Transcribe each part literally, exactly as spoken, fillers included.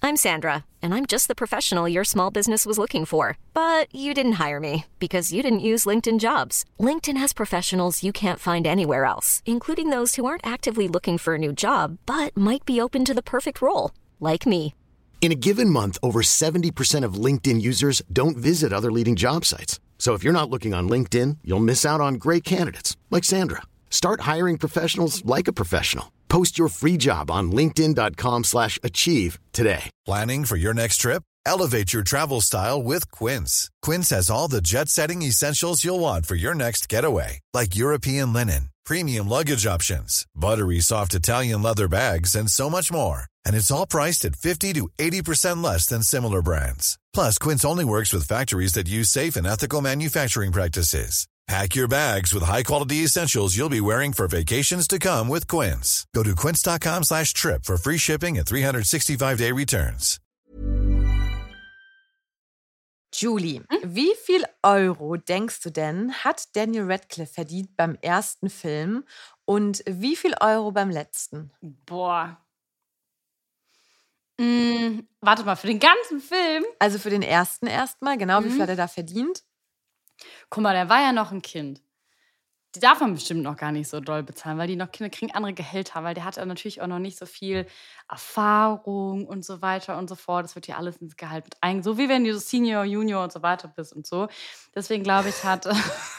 I'm Sandra, and I'm just the professional your small business was looking for. But you didn't hire me because you didn't use LinkedIn Jobs. LinkedIn has professionals you can't find anywhere else, including those who aren't actively looking for a new job, but might be open to the perfect role, like me. In a given month, over seventy percent of LinkedIn users don't visit other leading job sites. So if you're not looking on LinkedIn, you'll miss out on great candidates like Sandra. Start hiring professionals like a professional. Post your free job on linkedin dot com slash achieve today. Planning for your next trip? Elevate your travel style with Quince. Quince has all the jet-setting essentials you'll want for your next getaway, like European linen, premium luggage options, buttery soft Italian leather bags, and so much more. And it's all priced at fifty to eighty percent less than similar brands. Plus, Quince only works with factories that use safe and ethical manufacturing practices. Pack your bags with high-quality essentials you'll be wearing for vacations to come with Quince. Go to quince dot com slash trip for free shipping and three sixty-five day returns. Julie, hm? Wie viel Euro denkst du denn, hat Daniel Radcliffe verdient beim ersten Film und wie viel Euro beim letzten? Boah. Mm, warte mal, für den ganzen Film? Also für den ersten erstmal, genau, mhm. Wie viel hat er da verdient? Guck mal, der war ja noch ein Kind. Die darf man bestimmt noch gar nicht so doll bezahlen, weil die noch Kinder kriegen andere Gehälter, weil der hat ja natürlich auch noch nicht so viel Erfahrung und so weiter und so fort. Das wird ja alles ins Gehalt mit ein. So wie wenn du so Senior, Junior und so weiter bist und so. Deswegen glaube ich, hat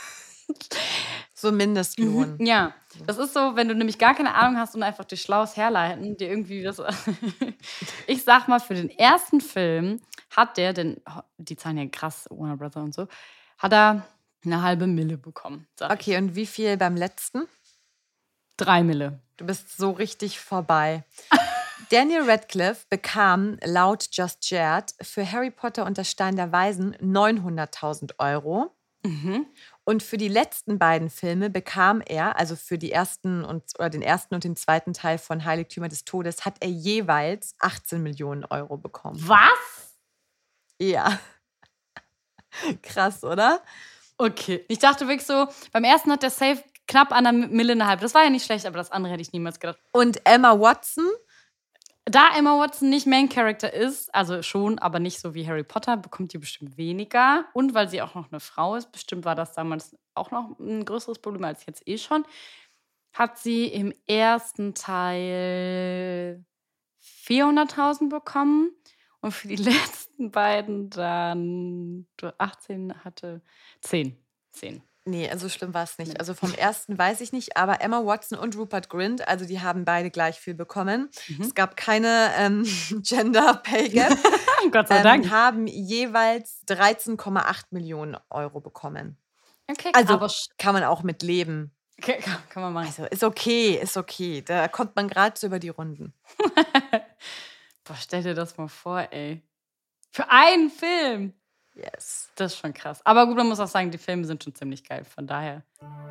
so Mindestlohn. Ja, das ist so, wenn du nämlich gar keine Ahnung hast und einfach dich schlaues herleiten, dir irgendwie das. Ich sag mal, für den ersten Film hat der, denn die zahlen ja krass, Warner Brother und so, hat er eine halbe Mille bekommen. Okay, und wie viel beim letzten? Drei Mille. Du bist so richtig vorbei. Daniel Radcliffe bekam laut Just Jared für Harry Potter und der Stein der Weisen neunhunderttausend Euro. Mhm. Und für die letzten beiden Filme bekam er, also für die ersten und, oder den ersten und den zweiten Teil von Heiligtümer des Todes, hat er jeweils achtzehn Millionen Euro bekommen. Was? Ja. Krass, oder? Okay. Ich dachte wirklich so, beim ersten hat der safe knapp an einer Mille eine halbe. Das war ja nicht schlecht, aber das andere hätte ich niemals gedacht. Und Emma Watson? Da Emma Watson nicht Main Character ist, also schon, aber nicht so wie Harry Potter, bekommt die bestimmt weniger. Und weil sie auch noch eine Frau ist, bestimmt war das damals auch noch ein größeres Problem als jetzt eh schon, hat sie im ersten Teil vierhunderttausend bekommen. Und für die letzten beiden dann achtzehn hatte, zehn. zehn. Nee, also schlimm war es nicht. Also vom ersten weiß ich nicht, aber Emma Watson und Rupert Grint, also die haben beide gleich viel bekommen. Mhm. Es gab keine ähm, Gender Pay Gap. Gott sei Dank. Ähm, haben jeweils dreizehn Komma acht Millionen Euro bekommen. Okay, also aber kann man auch mit leben. Okay, kann, kann man machen. Also ist okay, ist okay. Da kommt man gerade so über die Runden. Boah, stell dir das mal vor, ey. Für einen Film. Yes. Das ist schon krass. Aber gut, man muss auch sagen, die Filme sind schon ziemlich geil. Von daher.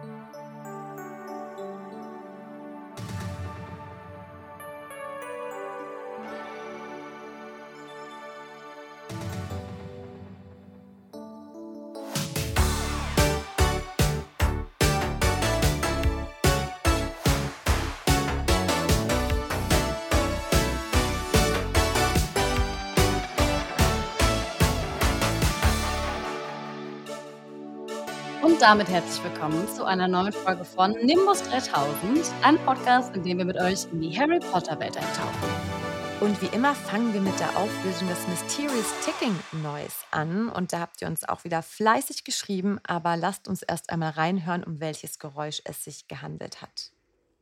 Und damit herzlich willkommen zu einer neuen Folge von Nimbus dreitausend, ein Podcast, in dem wir mit euch in die Harry Potter Welt eintauchen. Und wie immer fangen wir mit der Auflösung des Mysterious Ticking Noise an. Und da habt ihr uns auch wieder fleißig geschrieben, aber lasst uns erst einmal reinhören, um welches Geräusch es sich gehandelt hat.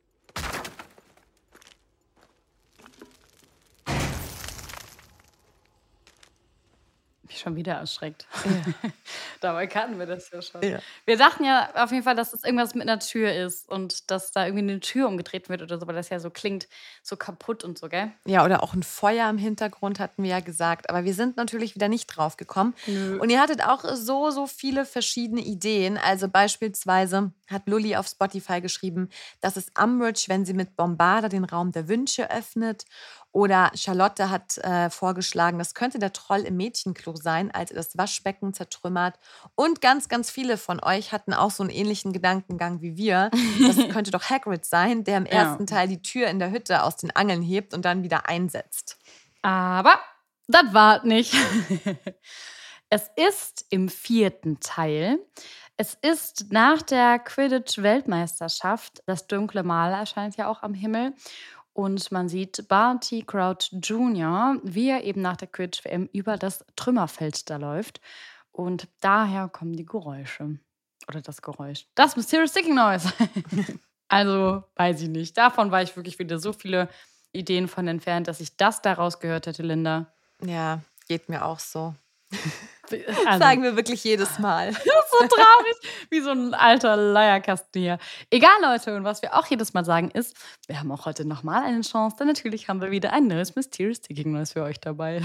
Mich schon wieder erschreckt. Ja. Dabei kannten wir das ja schon. Ja. Wir dachten ja auf jeden Fall, dass das irgendwas mit einer Tür ist und dass da irgendwie eine Tür umgedreht wird oder so, weil das ja so klingt, so kaputt und so, gell? Ja, oder auch ein Feuer im Hintergrund, hatten wir ja gesagt. Aber wir sind natürlich wieder nicht drauf gekommen. Nö. Und ihr hattet auch so, so viele verschiedene Ideen. Also beispielsweise hat Lully auf Spotify geschrieben, dass es Umbridge, wenn sie mit Bombarda den Raum der Wünsche öffnet. Oder Charlotte hat äh, vorgeschlagen, das könnte der Troll im Mädchenklo sein, als er das Waschbecken zertrümmert. Und ganz, ganz viele von euch hatten auch so einen ähnlichen Gedankengang wie wir. Das könnte doch Hagrid sein, der im ersten ja. Teil die Tür in der Hütte aus den Angeln hebt und dann wieder einsetzt. Aber Das war nicht. Es ist im vierten Teil. Es ist nach der Quidditch-Weltmeisterschaft. Das dunkle Mal erscheint ja auch am Himmel. Und man sieht Barty Crouch Junior, wie er eben nach der Quidditch-W M über das Trümmerfeld da läuft. Und daher kommen die Geräusche. Oder das Geräusch. Das Mysterious Ticking Noise. Also, weiß ich nicht. Davon war ich wirklich wieder so viele Ideen von entfernt, dass ich das daraus gehört hätte, Linda. Ja, geht mir auch so. Also, Sagen wir wirklich jedes Mal. so traurig, wie so ein alter Leierkasten hier. Egal, Leute, und was wir auch jedes Mal sagen ist, wir haben auch heute nochmal eine Chance, denn natürlich haben wir wieder ein neues Mysterious Ticking Noise für euch dabei.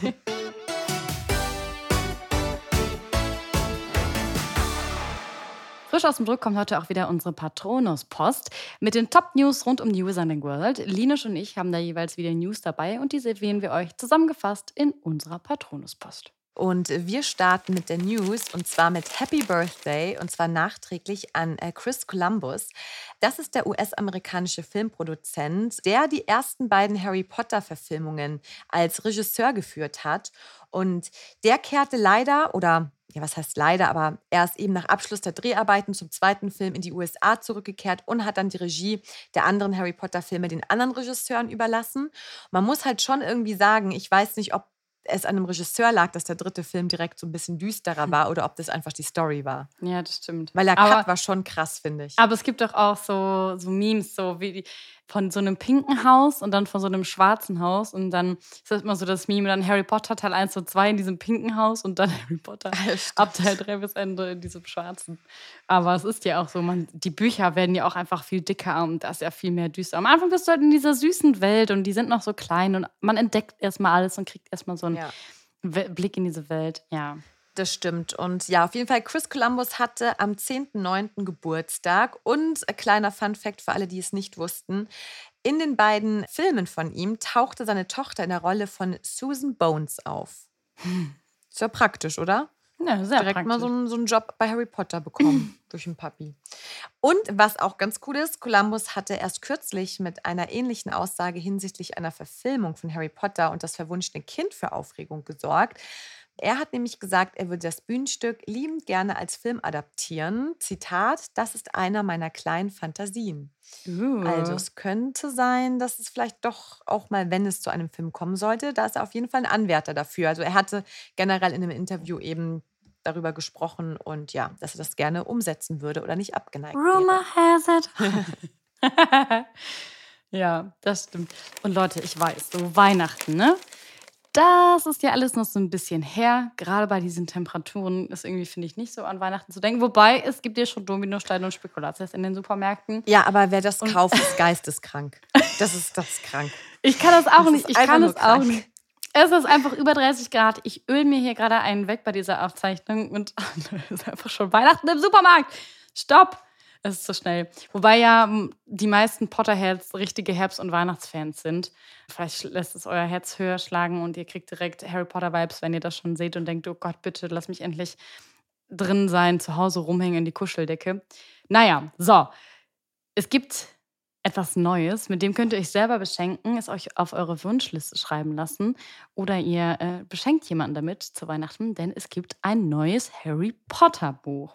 Frisch aus dem Druck kommt heute auch wieder unsere Patronus-Post mit den Top-News rund um die Wizarding World. Linus und ich haben da jeweils wieder News dabei und die servieren wir euch zusammengefasst in unserer Patronus-Post. Und wir starten mit der News und zwar mit Happy Birthday und zwar nachträglich an äh, Chris Columbus. Das ist der U S-amerikanische Filmproduzent, der die ersten beiden Harry Potter-Verfilmungen als Regisseur geführt hat. Und der kehrte leider, oder ja, was heißt leider, aber er ist eben nach Abschluss der Dreharbeiten zum zweiten Film in die U S A zurückgekehrt und hat dann die Regie der anderen Harry Potter-Filme den anderen Regisseuren überlassen. Man muss halt schon irgendwie sagen, ich weiß nicht, ob es an einem Regisseur lag, dass der dritte Film direkt so ein bisschen düsterer war oder ob das einfach die Story war. Ja, das stimmt. Weil der aber, Cut war schon krass, finde ich. Aber es gibt doch auch so, so Memes, so wie die, von so einem pinken Haus und dann von so einem schwarzen Haus und dann ist das immer so das Meme, dann Harry Potter Teil eins und zwei in diesem pinken Haus und dann Harry Potter ab Teil drei bis Ende in diesem schwarzen. Aber es ist ja auch so, man, die Bücher werden ja auch einfach viel dicker und da ist ja viel mehr düster. Am Anfang bist du halt in dieser süßen Welt und die sind noch so klein und man entdeckt erstmal alles und kriegt erstmal so einen ja. Blick in diese Welt. Ja. Das stimmt. Und ja, auf jeden Fall, Chris Columbus hatte am zehnten neunten Geburtstag. Und ein kleiner Funfact für alle, die es nicht wussten. In den beiden Filmen von ihm tauchte seine Tochter in der Rolle von Susan Bones auf. Hm. Ist ja praktisch, oder? Ja, sehr Direkt praktisch. mal so einen, so einen Job bei Harry Potter bekommen durch einen Papi. Und was auch ganz cool ist, Columbus hatte erst kürzlich mit einer ähnlichen Aussage hinsichtlich einer Verfilmung von Harry Potter und das verwunschene Kind für Aufregung gesorgt. Er hat nämlich gesagt, er würde das Bühnenstück liebend gerne als Film adaptieren. Zitat, das ist einer meiner kleinen Fantasien. Uh. Also es könnte sein, dass es vielleicht doch auch mal, wenn es zu einem Film kommen sollte, da ist er auf jeden Fall ein Anwärter dafür. Also er hatte generell in einem Interview eben darüber gesprochen und ja, dass er das gerne umsetzen würde oder nicht abgeneigt Rumor wäre. has it. Ja, das stimmt. Und Leute, ich weiß, so Weihnachten, ne? Das ist ja alles noch so ein bisschen her. Gerade bei diesen Temperaturen ist irgendwie, finde ich, nicht so an Weihnachten zu denken. Wobei, es gibt ja schon Dominosteine und Spekulatius in den Supermärkten. Ja, aber wer das und kauft, ist geisteskrank. Das ist, das ist krank. Ich kann das auch das nicht. Ich kann das auch nicht. Es ist einfach über dreißig Grad. Ich öle mir hier gerade einen weg bei dieser Aufzeichnung und es ist einfach schon Weihnachten im Supermarkt. Stopp! Es ist so schnell. Wobei ja die meisten Potterheads richtige Herbst- und Weihnachtsfans sind. Vielleicht lässt es euer Herz höher schlagen und ihr kriegt direkt Harry Potter-Vibes, wenn ihr das schon seht und denkt, oh Gott, bitte lass mich endlich drin sein, zu Hause rumhängen in die Kuscheldecke. Naja, so. Es gibt etwas Neues, mit dem könnt ihr euch selber beschenken, es euch auf eure Wunschliste schreiben lassen oder ihr äh, beschenkt jemanden damit zu Weihnachten, denn es gibt ein neues Harry Potter-Buch.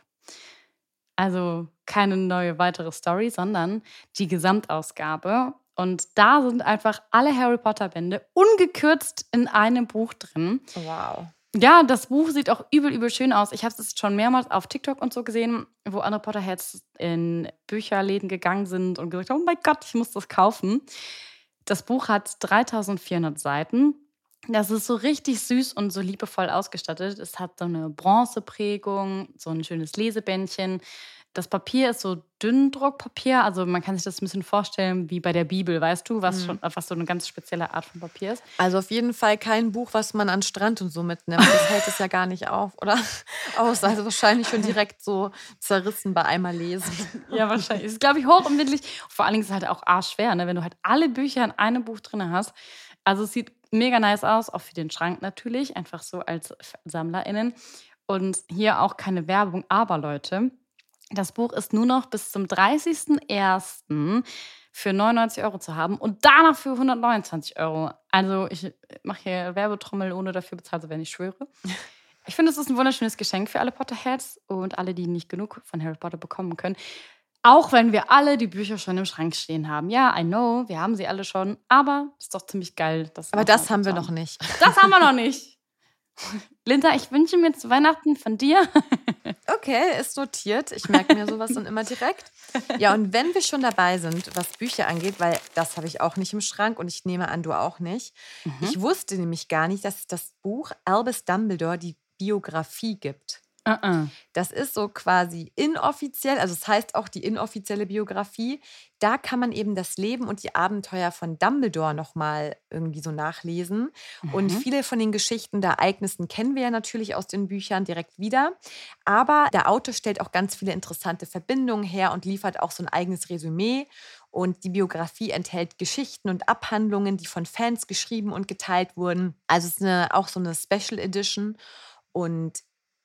Also keine neue weitere Story, sondern die Gesamtausgabe. Und da sind einfach alle Harry Potter-Bände ungekürzt in einem Buch drin. Wow. Ja, das Buch sieht auch übel, übel schön aus. Ich habe es schon mehrmals auf TikTok und so gesehen, wo andere Potterheads in Bücherläden gegangen sind und gesagt haben, oh mein Gott, ich muss das kaufen. Das Buch hat dreitausendvierhundert Seiten. Das ist so richtig süß und so liebevoll ausgestattet. Es hat so eine Bronzeprägung, so ein schönes Lesebändchen. Das Papier ist so Dünndruckpapier, also man kann sich das ein bisschen vorstellen wie bei der Bibel, weißt du, was, schon, was so eine ganz spezielle Art von Papier ist. Also auf jeden Fall kein Buch, was man an den Strand und so mitnimmt. Das hält es ja gar nicht auf, oder? Aus, also wahrscheinlich schon direkt so zerrissen bei einmal lesen. Ja, wahrscheinlich. Das ist, glaube ich, hochempfindlich. Vor allen Dingen ist es halt auch arschschwer, ne? Wenn du halt alle Bücher in einem Buch drin hast. Also es sieht mega nice aus, auch für den Schrank natürlich, einfach so als SammlerInnen. Und hier auch keine Werbung, aber Leute, das Buch ist nur noch bis zum dreißigsten ersten für neunundneunzig Euro zu haben und danach für hundertneunundzwanzig Euro. Also ich mache hier Werbetrommel, ohne dafür bezahlt zu werden, ich schwöre. Ich finde, es ist ein wunderschönes Geschenk für alle Potterheads und alle, die nicht genug von Harry Potter bekommen können. Auch wenn wir alle die Bücher schon im Schrank stehen haben. Ja, I know, wir haben sie alle schon. Aber es ist doch ziemlich geil. Das aber das haben wir noch nicht. Das haben wir noch nicht. Linda, ich wünsche mir zu Weihnachten von dir. Okay, ist notiert. Ich merke mir sowas dann immer direkt. Ja, und wenn wir schon dabei sind, was Bücher angeht, weil das habe ich auch nicht im Schrank und ich nehme an, du auch nicht. Mhm. Ich wusste nämlich gar nicht, dass es das Buch Albus Dumbledore, die Biografie gibt. Uh-uh. Das ist so quasi inoffiziell, also es heißt auch die inoffizielle Biografie. Da kann man eben das Leben und die Abenteuer von Dumbledore nochmal irgendwie so nachlesen. Mhm. Und viele von den Geschichten der Ereignissen kennen wir ja natürlich aus den Büchern direkt wieder. Aber der Autor stellt auch ganz viele interessante Verbindungen her und liefert auch so ein eigenes Resümee. Und die Biografie enthält Geschichten und Abhandlungen, die von Fans geschrieben und geteilt wurden. Also es ist eine, auch so eine Special Edition. Und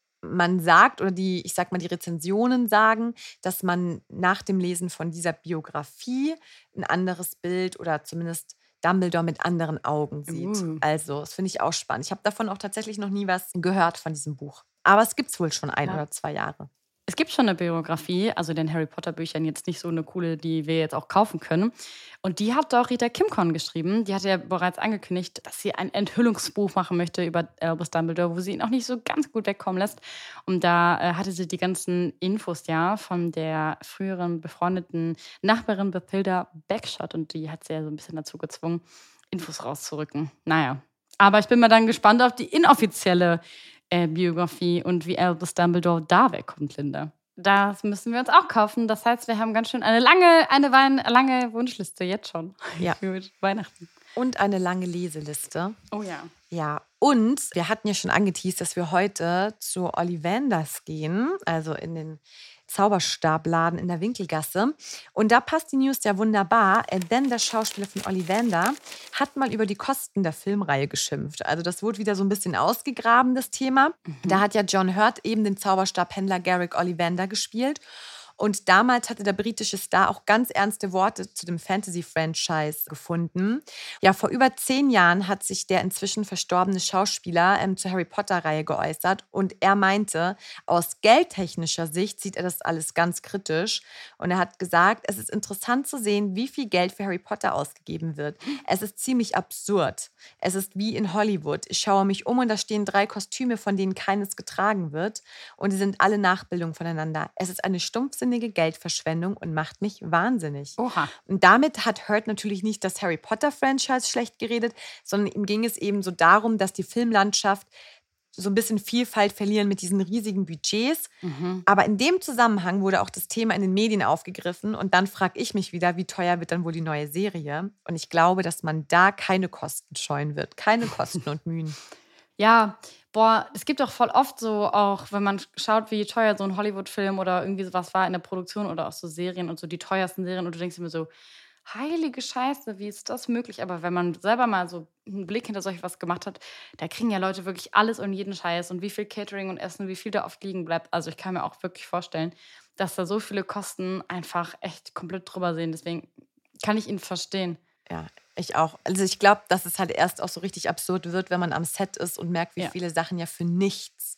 man sagt, oder die, ich sag mal, die Rezensionen sagen, dass man nach dem Lesen von dieser Biografie ein anderes Bild oder zumindest Dumbledore mit anderen Augen sieht. Uh. Also, das finde ich auch spannend. Ich habe davon auch tatsächlich noch nie was gehört von diesem Buch. Aber es gibt es wohl schon ein ja. oder zwei Jahre. Es gibt schon eine Biografie, also den Harry Potter Büchern, jetzt nicht so eine coole, die wir jetzt auch kaufen können. Und die hat doch Rita Kimcorn geschrieben. Die hatte ja bereits angekündigt, dass sie ein Enthüllungsbuch machen möchte über Albus Dumbledore, wo sie ihn auch nicht so ganz gut wegkommen lässt. Und da äh, hatte sie die ganzen Infos ja von der früheren befreundeten Nachbarin Bathilda Bagshot. Und die hat sie ja so ein bisschen dazu gezwungen, Infos rauszurücken. Naja, aber ich bin mal dann gespannt auf die inoffizielle Äh, Biografie und wie Albus Dumbledore da wegkommt, Linda. Das müssen wir uns auch kaufen. Das heißt, wir haben ganz schön eine lange, eine Wein, lange Wunschliste jetzt schon ja. für Weihnachten. Und eine lange Leseliste. Oh ja. Ja, und wir hatten ja schon angeteast, dass wir heute zu Ollivanders gehen, also in den Zauberstabladen in der Winkelgasse. Und da passt die News ja wunderbar, denn der Schauspieler von Ollivander hat mal über die Kosten der Filmreihe geschimpft. Also das wurde wieder so ein bisschen ausgegraben, das Thema. Mhm. Da hat ja John Hurt eben den Zauberstabhändler Garrick Ollivander gespielt. Und damals hatte der britische Star auch ganz ernste Worte zu dem Fantasy-Franchise gefunden. Ja, vor über zehn Jahren hat sich der inzwischen verstorbene Schauspieler ähm, zur Harry-Potter-Reihe geäußert. Und er meinte, aus geldtechnischer Sicht sieht er das alles ganz kritisch. Und er hat gesagt, es ist interessant zu sehen, wie viel Geld für Harry Potter ausgegeben wird. Es ist ziemlich absurd. Es ist wie in Hollywood. Ich schaue mich um und da stehen drei Kostüme, von denen keines getragen wird. Und die sind alle Nachbildungen voneinander. Es ist eine stumpfsinnige Geldverschwendung und macht mich wahnsinnig. Oha. Und damit hat Hurt natürlich nicht das Harry Potter-Franchise schlecht geredet, sondern ihm ging es eben so darum, dass die Filmlandschaft so ein bisschen Vielfalt verlieren mit diesen riesigen Budgets. Mhm. Aber in dem Zusammenhang wurde auch das Thema in den Medien aufgegriffen. Und dann frage ich mich wieder, wie teuer wird dann wohl die neue Serie? Und ich glaube, dass man da keine Kosten scheuen wird. Keine Kosten und Mühen. Ja, boah, es gibt doch voll oft so, auch wenn man schaut, wie teuer so ein Hollywood-Film oder irgendwie sowas war in der Produktion oder auch so Serien und so die teuersten Serien und du denkst immer so, heilige Scheiße, wie ist das möglich? Aber wenn man selber mal so einen Blick hinter solch was gemacht hat, da kriegen ja Leute wirklich alles und jeden Scheiß und wie viel Catering und Essen, wie viel da oft liegen bleibt. Also ich kann mir auch wirklich vorstellen, dass da so viele Kosten einfach echt komplett drüber sind. Deswegen kann ich ihn verstehen. Ja, ich auch. Also ich glaube, dass es halt erst auch so richtig absurd wird, wenn man am Set ist und merkt, wie ja. viele Sachen ja für nichts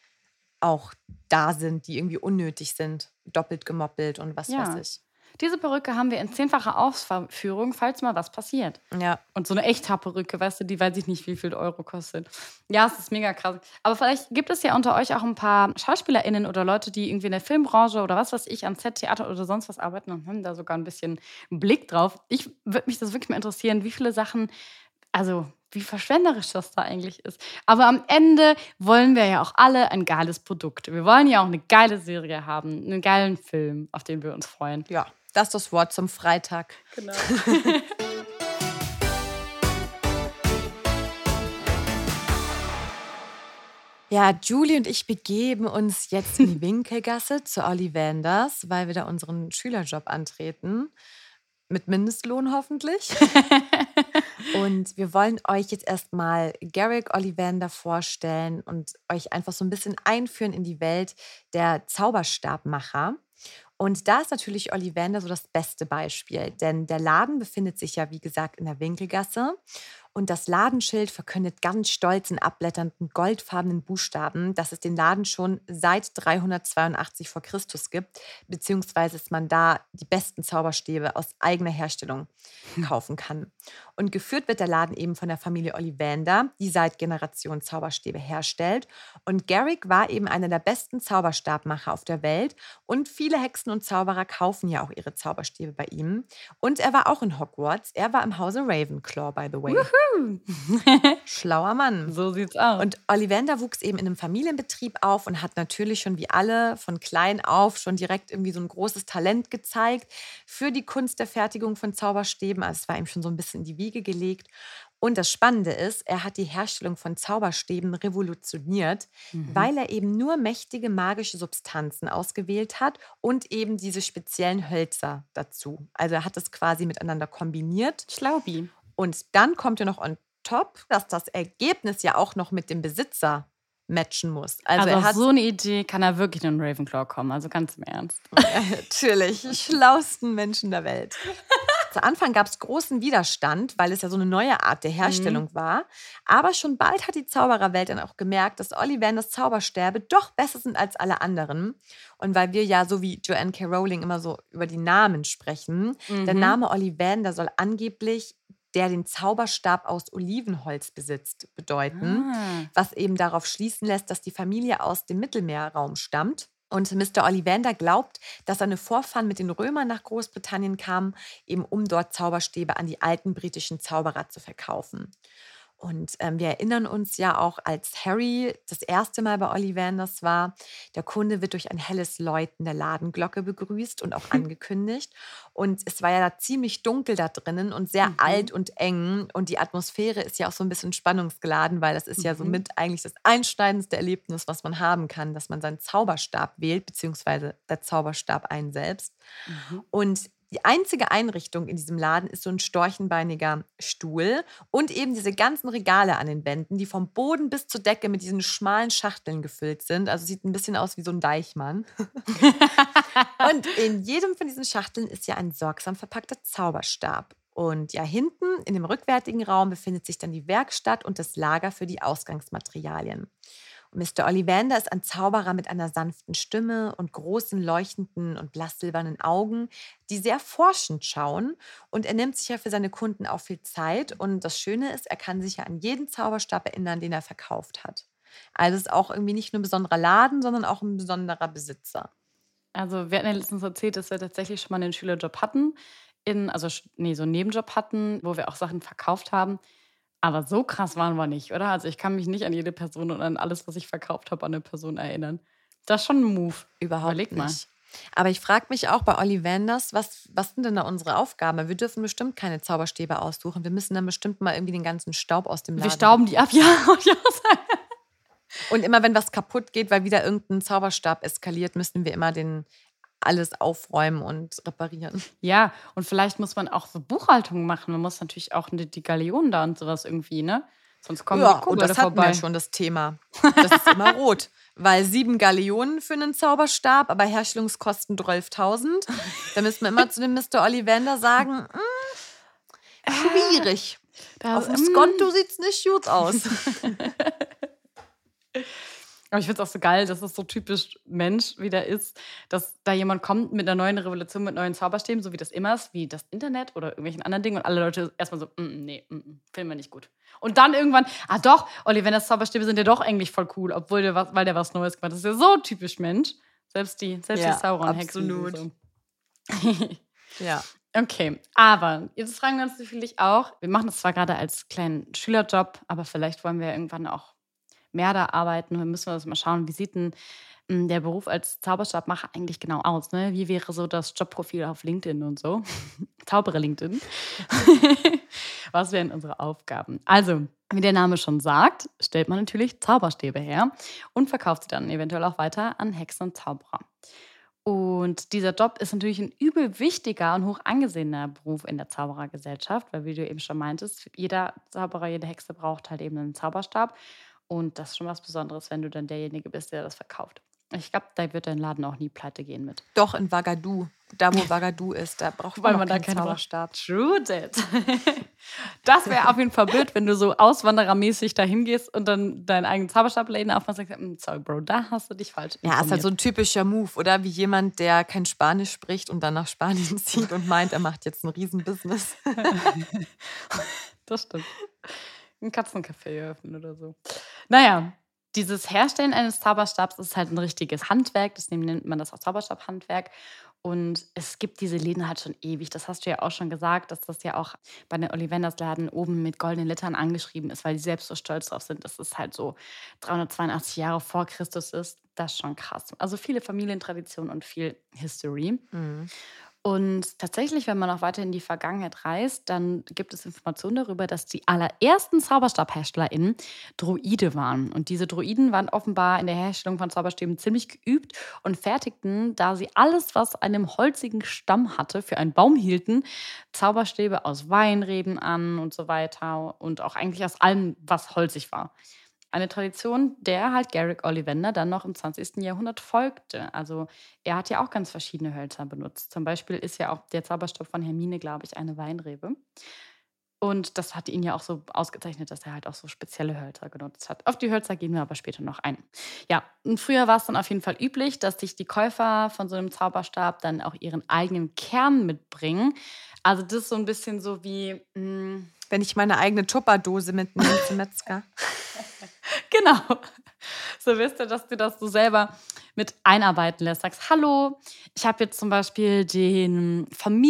auch da sind, die irgendwie unnötig sind. Doppelt gemoppelt und was ja. weiß ich. Diese Perücke haben wir in zehnfacher Ausführung, falls mal was passiert. Ja. Und so eine Echthaar-Perücke, weißt du, die weiß ich nicht, wie viel Euro kostet. Ja, es ist mega krass. Aber vielleicht gibt es ja unter euch auch ein paar SchauspielerInnen oder Leute, die irgendwie in der Filmbranche oder was weiß ich, am Set, Theater oder sonst was arbeiten und haben da sogar ein bisschen einen Blick drauf. Ich würde mich das wirklich mal interessieren, wie viele Sachen, also wie verschwenderisch das da eigentlich ist. Aber am Ende wollen wir ja auch alle ein geiles Produkt. Wir wollen ja auch eine geile Serie haben, einen geilen Film, auf den wir uns freuen. Ja. Das ist das Wort zum Freitag. Genau. Ja, Julie und ich begeben uns jetzt in die Winkelgasse zu Ollivanders, weil wir da unseren Schülerjob antreten. Mit Mindestlohn hoffentlich. Und wir wollen euch jetzt erstmal Garrick Ollivander vorstellen und euch einfach so ein bisschen einführen in die Welt der Zauberstabmacher. Und da ist natürlich Ollivander so das beste Beispiel, denn der Laden befindet sich ja, wie gesagt, in der Winkelgasse. Und das Ladenschild verkündet ganz stolz in abblätternden, goldfarbenen Buchstaben, dass es den Laden schon seit dreihundertzweiundachtzig vor Christus gibt, beziehungsweise dass man da die besten Zauberstäbe aus eigener Herstellung kaufen kann. Und geführt wird der Laden eben von der Familie Ollivander, die seit Generationen Zauberstäbe herstellt. Und Garrick war eben einer der besten Zauberstabmacher auf der Welt. Und viele Hexen und Zauberer kaufen ja auch ihre Zauberstäbe bei ihm. Und er war auch in Hogwarts. Er war im Hause Ravenclaw, by the way. Woohoo. Schlauer Mann. So sieht's aus. Und Ollivander wuchs eben in einem Familienbetrieb auf und hat natürlich schon wie alle von klein auf schon direkt irgendwie so ein großes Talent gezeigt für die Kunst der Fertigung von Zauberstäben. Also es war ihm schon so ein bisschen in die Wiege gelegt. Und das Spannende ist, er hat die Herstellung von Zauberstäben revolutioniert, mhm. weil er eben nur mächtige magische Substanzen ausgewählt hat und eben diese speziellen Hölzer dazu. Also er hat das quasi miteinander kombiniert. Schlaubi. Und dann kommt ja noch on top, dass das Ergebnis ja auch noch mit dem Besitzer matchen muss. Also, Also, er auf hat so eine Idee kann er wirklich in den Ravenclaw kommen, also ganz im Ernst. Ja, natürlich, schlausten Menschen der Welt. Zu Anfang gab es großen Widerstand, weil es ja so eine neue Art der Herstellung mhm. war. Aber schon bald hat die Zaubererwelt dann auch gemerkt, dass Ollivanders Zauberstäbe doch besser sind als alle anderen. Und weil wir ja so wie Joanne K. Rowling immer so über die Namen sprechen, mhm. der Name Ollivander soll angeblich der den Zauberstab aus Olivenholz besitzt, bedeuten, ah. was eben darauf schließen lässt, dass die Familie aus dem Mittelmeerraum stammt. Und Mister Ollivander glaubt, dass seine Vorfahren mit den Römern nach Großbritannien kamen, eben um dort Zauberstäbe an die alten britischen Zauberer zu verkaufen. Und ähm, wir erinnern uns ja auch, als Harry das erste Mal bei Ollivanders war, der Kunde wird durch ein helles Läuten der Ladenglocke begrüßt und auch angekündigt. Und es war ja da ziemlich dunkel da drinnen und sehr mhm. alt und eng. Und die Atmosphäre ist ja auch so ein bisschen spannungsgeladen, weil das ist mhm. ja somit eigentlich das einschneidendste Erlebnis, was man haben kann, dass man seinen Zauberstab wählt, beziehungsweise der Zauberstab einen selbst. Mhm. Und die einzige Einrichtung in diesem Laden ist so ein storchenbeiniger Stuhl und eben diese ganzen Regale an den Wänden, die vom Boden bis zur Decke mit diesen schmalen Schachteln gefüllt sind. Also sieht ein bisschen aus wie so ein Deichmann. Und in jedem von diesen Schachteln ist ja ein sorgsam verpackter Zauberstab. Und ja, hinten in dem rückwärtigen Raum befindet sich dann die Werkstatt und das Lager für die Ausgangsmaterialien. Und Mister Ollivander ist ein Zauberer mit einer sanften Stimme und großen, leuchtenden und blasssilbernen Augen, die sehr forschend schauen. Und er nimmt sich ja für seine Kunden auch viel Zeit. Und das Schöne ist, er kann sich ja an jeden Zauberstab erinnern, den er verkauft hat. Also es ist auch irgendwie nicht nur ein besonderer Laden, sondern auch ein besonderer Besitzer. Also wir hatten ja letztens erzählt, dass wir tatsächlich schon mal einen Schülerjob hatten, in, also nee, so einen Nebenjob hatten, wo wir auch Sachen verkauft haben. Aber so krass waren wir nicht, oder? Also ich kann mich nicht an jede Person und an alles, was ich verkauft habe, an eine Person erinnern. Das ist schon ein Move. Überhaupt Überleg mal. Nicht. Aber ich frage mich auch bei Ollivanders, was, was sind denn da unsere Aufgaben? Wir dürfen bestimmt keine Zauberstäbe aussuchen. Wir müssen dann bestimmt mal irgendwie den ganzen Staub aus dem Laden... Wir stauben die ab, ja. Und immer wenn was kaputt geht, weil wieder irgendein Zauberstab eskaliert, müssen wir immer den... alles aufräumen und reparieren. Ja, und vielleicht muss man auch so Buchhaltung machen. Man muss natürlich auch die Galeonen da und sowas irgendwie, ne? Sonst kommen ja, die Kugel und das da hatten wir schon, das Thema. Das ist immer rot. Weil sieben Galeonen für einen Zauberstab, aber Herstellungskosten zwölftausend. Da müssen wir immer zu dem Mister Ollivander sagen, schwierig. Das, Auf dem Skonto sieht es nicht gut aus. Aber ich finde es auch so geil, dass es so typisch Mensch wieder ist, dass da jemand kommt mit einer neuen Revolution, mit neuen Zauberstäben, so wie das immer ist, wie das Internet oder irgendwelchen anderen Dingen und alle Leute erstmal so, mm, nee, mm, finden wir nicht gut. Und dann irgendwann, ah doch, Ollivanders Zauberstäbe sind ja doch eigentlich voll cool, obwohl der was, weil der was Neues gemacht hat. Das ist ja so typisch Mensch. Selbst die, selbst ja, die Sauron-Hexen. Absolut. So. Ja. Okay, aber jetzt fragen wir uns natürlich auch, wir machen das zwar gerade als kleinen Schülerjob, aber vielleicht wollen wir irgendwann auch mehr da arbeiten. Dann müssen wir das mal schauen, wie sieht denn m, der Beruf als Zauberstabmacher eigentlich genau aus? Ne? Wie wäre so das Jobprofil auf LinkedIn und so? Zaubere LinkedIn. Was wären unsere Aufgaben? Also, wie der Name schon sagt, stellt man natürlich Zauberstäbe her und verkauft sie dann eventuell auch weiter an Hexen und Zauberer. Und dieser Job ist natürlich ein übel wichtiger und hoch angesehener Beruf in der Zauberergesellschaft, weil, wie du eben schon meintest, jeder Zauberer, jede Hexe braucht halt eben einen Zauberstab. Und das ist schon was Besonderes, wenn du dann derjenige bist, der das verkauft. Ich glaube, da wird dein Laden auch nie pleite gehen mit. Doch, in Wagadu. Da, wo Wagadu ist, da braucht man, Weil man da keinen keinen Zauberstab. True that. Das wäre auf jeden Fall blöd, wenn du so auswanderermäßig da hingehst und dann deinen eigenen Zauberstabläden aufmachst und sagst, "Mm, sorry, Bro, da hast du dich falsch Ja, ist halt informiert." so ein typischer Move, oder? Wie jemand, der kein Spanisch spricht und dann nach Spanien zieht und meint, er macht jetzt ein Riesenbusiness. Das stimmt. Ein Katzencafé eröffnen oder so. Naja, dieses Herstellen eines Zauberstabs ist halt ein richtiges Handwerk. Deswegen nennt man das auch Zauberstabhandwerk. Und es gibt diese Läden halt schon ewig. Das hast du ja auch schon gesagt, dass das ja auch bei den Ollivanders Laden oben mit goldenen Lettern angeschrieben ist, weil die selbst so stolz drauf sind, dass es halt so dreihundertzweiundachtzig Jahre vor Christus ist. Das ist schon krass. Also viele Familientraditionen und viel History. Mhm. Und tatsächlich, wenn man auch weiter in die Vergangenheit reist, dann gibt es Informationen darüber, dass die allerersten ZauberstabherstellerInnen Druide waren. Und diese Druiden waren offenbar in der Herstellung von Zauberstäben ziemlich geübt und fertigten, da sie alles, was einen holzigen Stamm hatte, für einen Baum hielten, Zauberstäbe aus Weinreben an und so weiter und auch eigentlich aus allem, was holzig war. Eine Tradition, der halt Garrick Ollivander dann noch im zwanzigsten Jahrhundert folgte. Also er hat ja auch ganz verschiedene Hölzer benutzt. Zum Beispiel ist ja auch der Zauberstab von Hermine, glaube ich, eine Weinrebe. Und das hat ihn ja auch so ausgezeichnet, dass er halt auch so spezielle Hölzer genutzt hat. Auf die Hölzer gehen wir aber später noch ein. Ja, und früher war es dann auf jeden Fall üblich, dass sich die Käufer von so einem Zauberstab dann auch ihren eigenen Kern mitbringen. Also das ist so ein bisschen so wie... Mh, Wenn ich meine eigene Tupperdose mitnehme zum Metzger. Genau. So wisst ihr, dass du das so selber mit einarbeiten lässt. Sagst, hallo, ich habe jetzt zum Beispiel den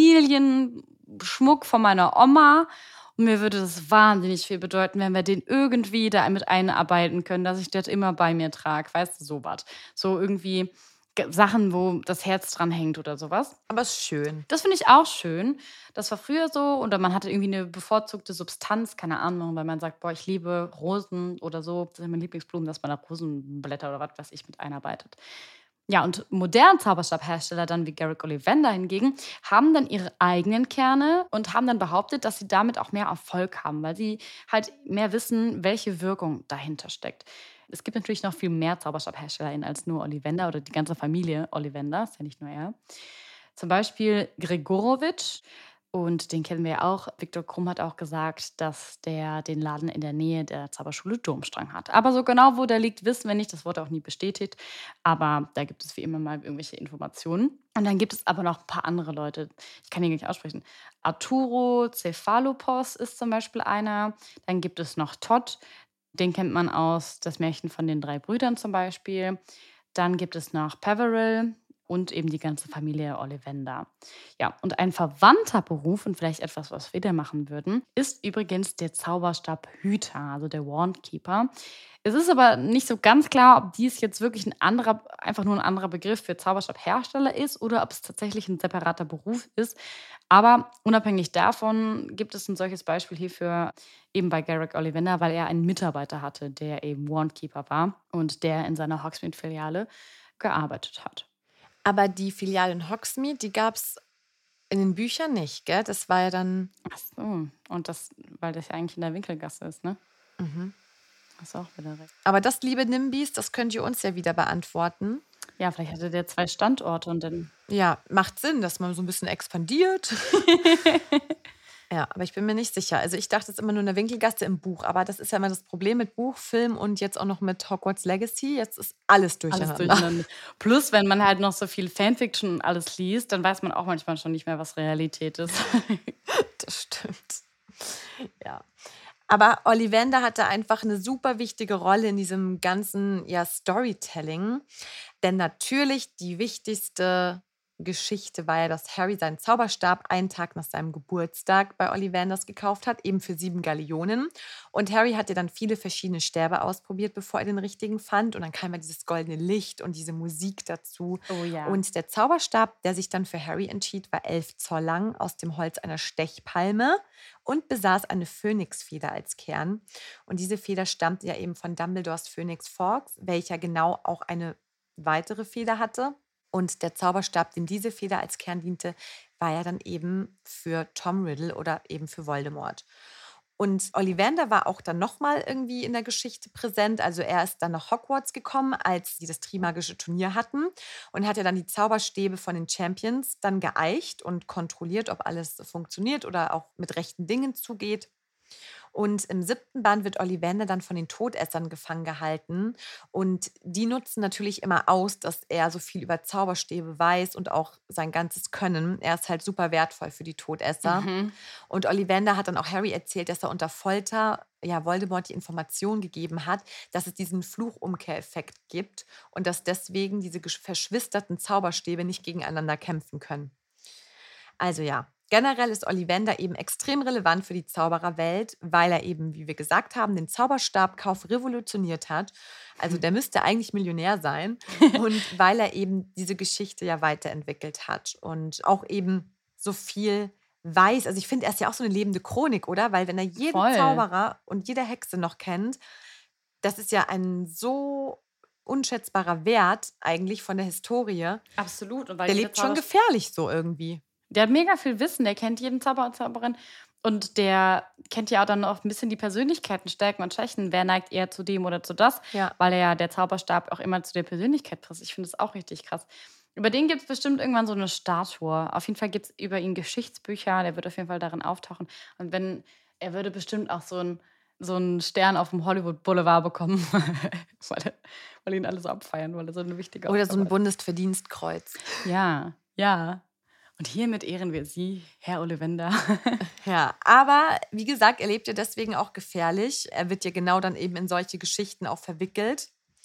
Familienschmuck von meiner Oma und mir würde das wahnsinnig viel bedeuten, wenn wir den irgendwie da mit einarbeiten können, dass ich das immer bei mir trage. Weißt du, sowas. So irgendwie Ge- Sachen, wo das Herz dran hängt oder sowas. Aber es ist schön. Das finde ich auch schön. Das war früher so. Oder man hatte irgendwie eine bevorzugte Substanz, keine Ahnung, weil man sagt, boah, ich liebe Rosen oder so. Das sind meine Lieblingsblumen, dass man da Rosenblätter oder was weiß ich mit einarbeitet. Ja, und moderne Zauberstabhersteller, dann wie Garrick Ollivander hingegen, haben dann ihre eigenen Kerne und haben dann behauptet, dass sie damit auch mehr Erfolg haben, weil sie halt mehr wissen, welche Wirkung dahinter steckt. Es gibt natürlich noch viel mehr ZauberstabherstellerInnen als nur Ollivander oder die ganze Familie Ollivander, ist ja nicht nur er. Zum Beispiel Gregorowitsch, und den kennen wir ja auch. Viktor Krumm hat auch gesagt, dass der den Laden in der Nähe der Zauberschule Durmstrang hat. Aber so genau, wo der liegt, wissen wir nicht. Das wurde auch nie bestätigt. Aber da gibt es wie immer mal irgendwelche Informationen. Und dann gibt es aber noch ein paar andere Leute. Ich kann ihn gar nicht aussprechen. Arturo Cephalopos ist zum Beispiel einer. Dann gibt es noch Todd. Den kennt man aus Das Märchen von den drei Brüdern zum Beispiel. Dann gibt es noch Peveril und eben die ganze Familie Ollivander. Ja, und ein verwandter Beruf und vielleicht etwas, was wir da machen würden, ist übrigens der Zauberstabhüter, also der Wandkeeper. Es ist aber nicht so ganz klar, ob dies jetzt wirklich ein anderer, einfach nur ein anderer Begriff für Zauberstabhersteller ist oder ob es tatsächlich ein separater Beruf ist. Aber unabhängig davon gibt es ein solches Beispiel hierfür eben bei Garrick Ollivander, weil er einen Mitarbeiter hatte, der eben Wandkeeper war und der in seiner Hogsmeade-Filiale gearbeitet hat. Aber die Filiale in Hogsmeade, die gab es in den Büchern nicht, gell? Das war ja dann... Ach so, und das, weil das ja eigentlich in der Winkelgasse ist, ne? Mhm. Hast du auch wieder recht. Aber das, liebe Nimbys, das könnt ihr uns ja wieder beantworten. Ja, vielleicht hatte der zwei Standorte und dann... Ja, macht Sinn, dass man so ein bisschen expandiert. Ja, aber ich bin mir nicht sicher. Also ich dachte, es ist immer nur eine Winkelgasse im Buch. Aber das ist ja immer das Problem mit Buch, Film und jetzt auch noch mit Hogwarts Legacy. Jetzt ist alles durcheinander. Alles durcheinander. Plus, wenn man halt noch so viel Fanfiction und alles liest, dann weiß man auch manchmal schon nicht mehr, was Realität ist. Das stimmt. Ja. Aber Ollivander hatte einfach eine super wichtige Rolle in diesem ganzen ja, Storytelling. Denn natürlich die wichtigste Geschichte war ja, dass Harry seinen Zauberstab einen Tag nach seinem Geburtstag bei Ollivanders gekauft hat, eben für sieben Gallionen. Und Harry hatte dann viele verschiedene Stäbe ausprobiert, bevor er den richtigen fand. Und dann kam ja dieses goldene Licht und diese Musik dazu. Oh ja. Und der Zauberstab, der sich dann für Harry entschied, war elf Zoll lang, aus dem Holz einer Stechpalme und besaß eine Phönixfeder als Kern. Und diese Feder stammte ja eben von Dumbledores Phoenix Fawkes, welcher genau auch eine weitere Feder hatte. Und der Zauberstab, dem diese Feder als Kern diente, war ja dann eben für Tom Riddle oder eben für Voldemort. Und Ollivander war auch dann nochmal irgendwie in der Geschichte präsent. Also er ist dann nach Hogwarts gekommen, als sie das Trimagische Turnier hatten und hat ja dann die Zauberstäbe von den Champions dann geeicht und kontrolliert, ob alles funktioniert oder auch mit rechten Dingen zugeht. Und im siebten Band wird Ollivander dann von den Todessern gefangen gehalten. Und die nutzen natürlich immer aus, dass er so viel über Zauberstäbe weiß und auch sein ganzes Können. Er ist halt super wertvoll für die Todesser. Mhm. Und Ollivander hat dann auch Harry erzählt, dass er unter Folter ja, Voldemort die Information gegeben hat, dass es diesen Fluchumkehreffekt gibt und dass deswegen diese gesch- verschwisterten Zauberstäbe nicht gegeneinander kämpfen können. Also ja, generell ist Ollivander eben extrem relevant für die Zaubererwelt, weil er eben, wie wir gesagt haben, den Zauberstabkauf revolutioniert hat. Also der müsste eigentlich Millionär sein. Und weil er eben diese Geschichte ja weiterentwickelt hat und auch eben so viel weiß. Also ich finde, er ist ja auch so eine lebende Chronik, oder? Weil wenn er jeden Voll. Zauberer und jede Hexe noch kennt, das ist ja ein so unschätzbarer Wert eigentlich von der Historie. Absolut. Und weil Der jeder lebt schon Zauber- gefährlich so irgendwie. Der hat mega viel Wissen, der kennt jeden Zauberer und Zauberin. Und der kennt ja auch dann auch ein bisschen die Persönlichkeiten, Stärken und Schwächen. Wer neigt eher zu dem oder zu das? Ja. Weil er ja der Zauberstab auch immer zu der Persönlichkeit passt. Ich finde das auch richtig krass. Über den gibt es bestimmt irgendwann so eine Statue. Auf jeden Fall gibt es über ihn Geschichtsbücher. Der wird auf jeden Fall darin auftauchen. Und wenn, er würde bestimmt auch so einen so einen Stern auf dem Hollywood Boulevard bekommen, weil, er, weil ihn alle so abfeiern, weil er so eine wichtige Oder so ein Aufgabe hat. Bundesverdienstkreuz. Ja, ja. Und hiermit ehren wir Sie, Herr Ollivander. Ja, aber wie gesagt, er lebt ja deswegen auch gefährlich. Er wird ja genau dann eben in solche Geschichten auch verwickelt.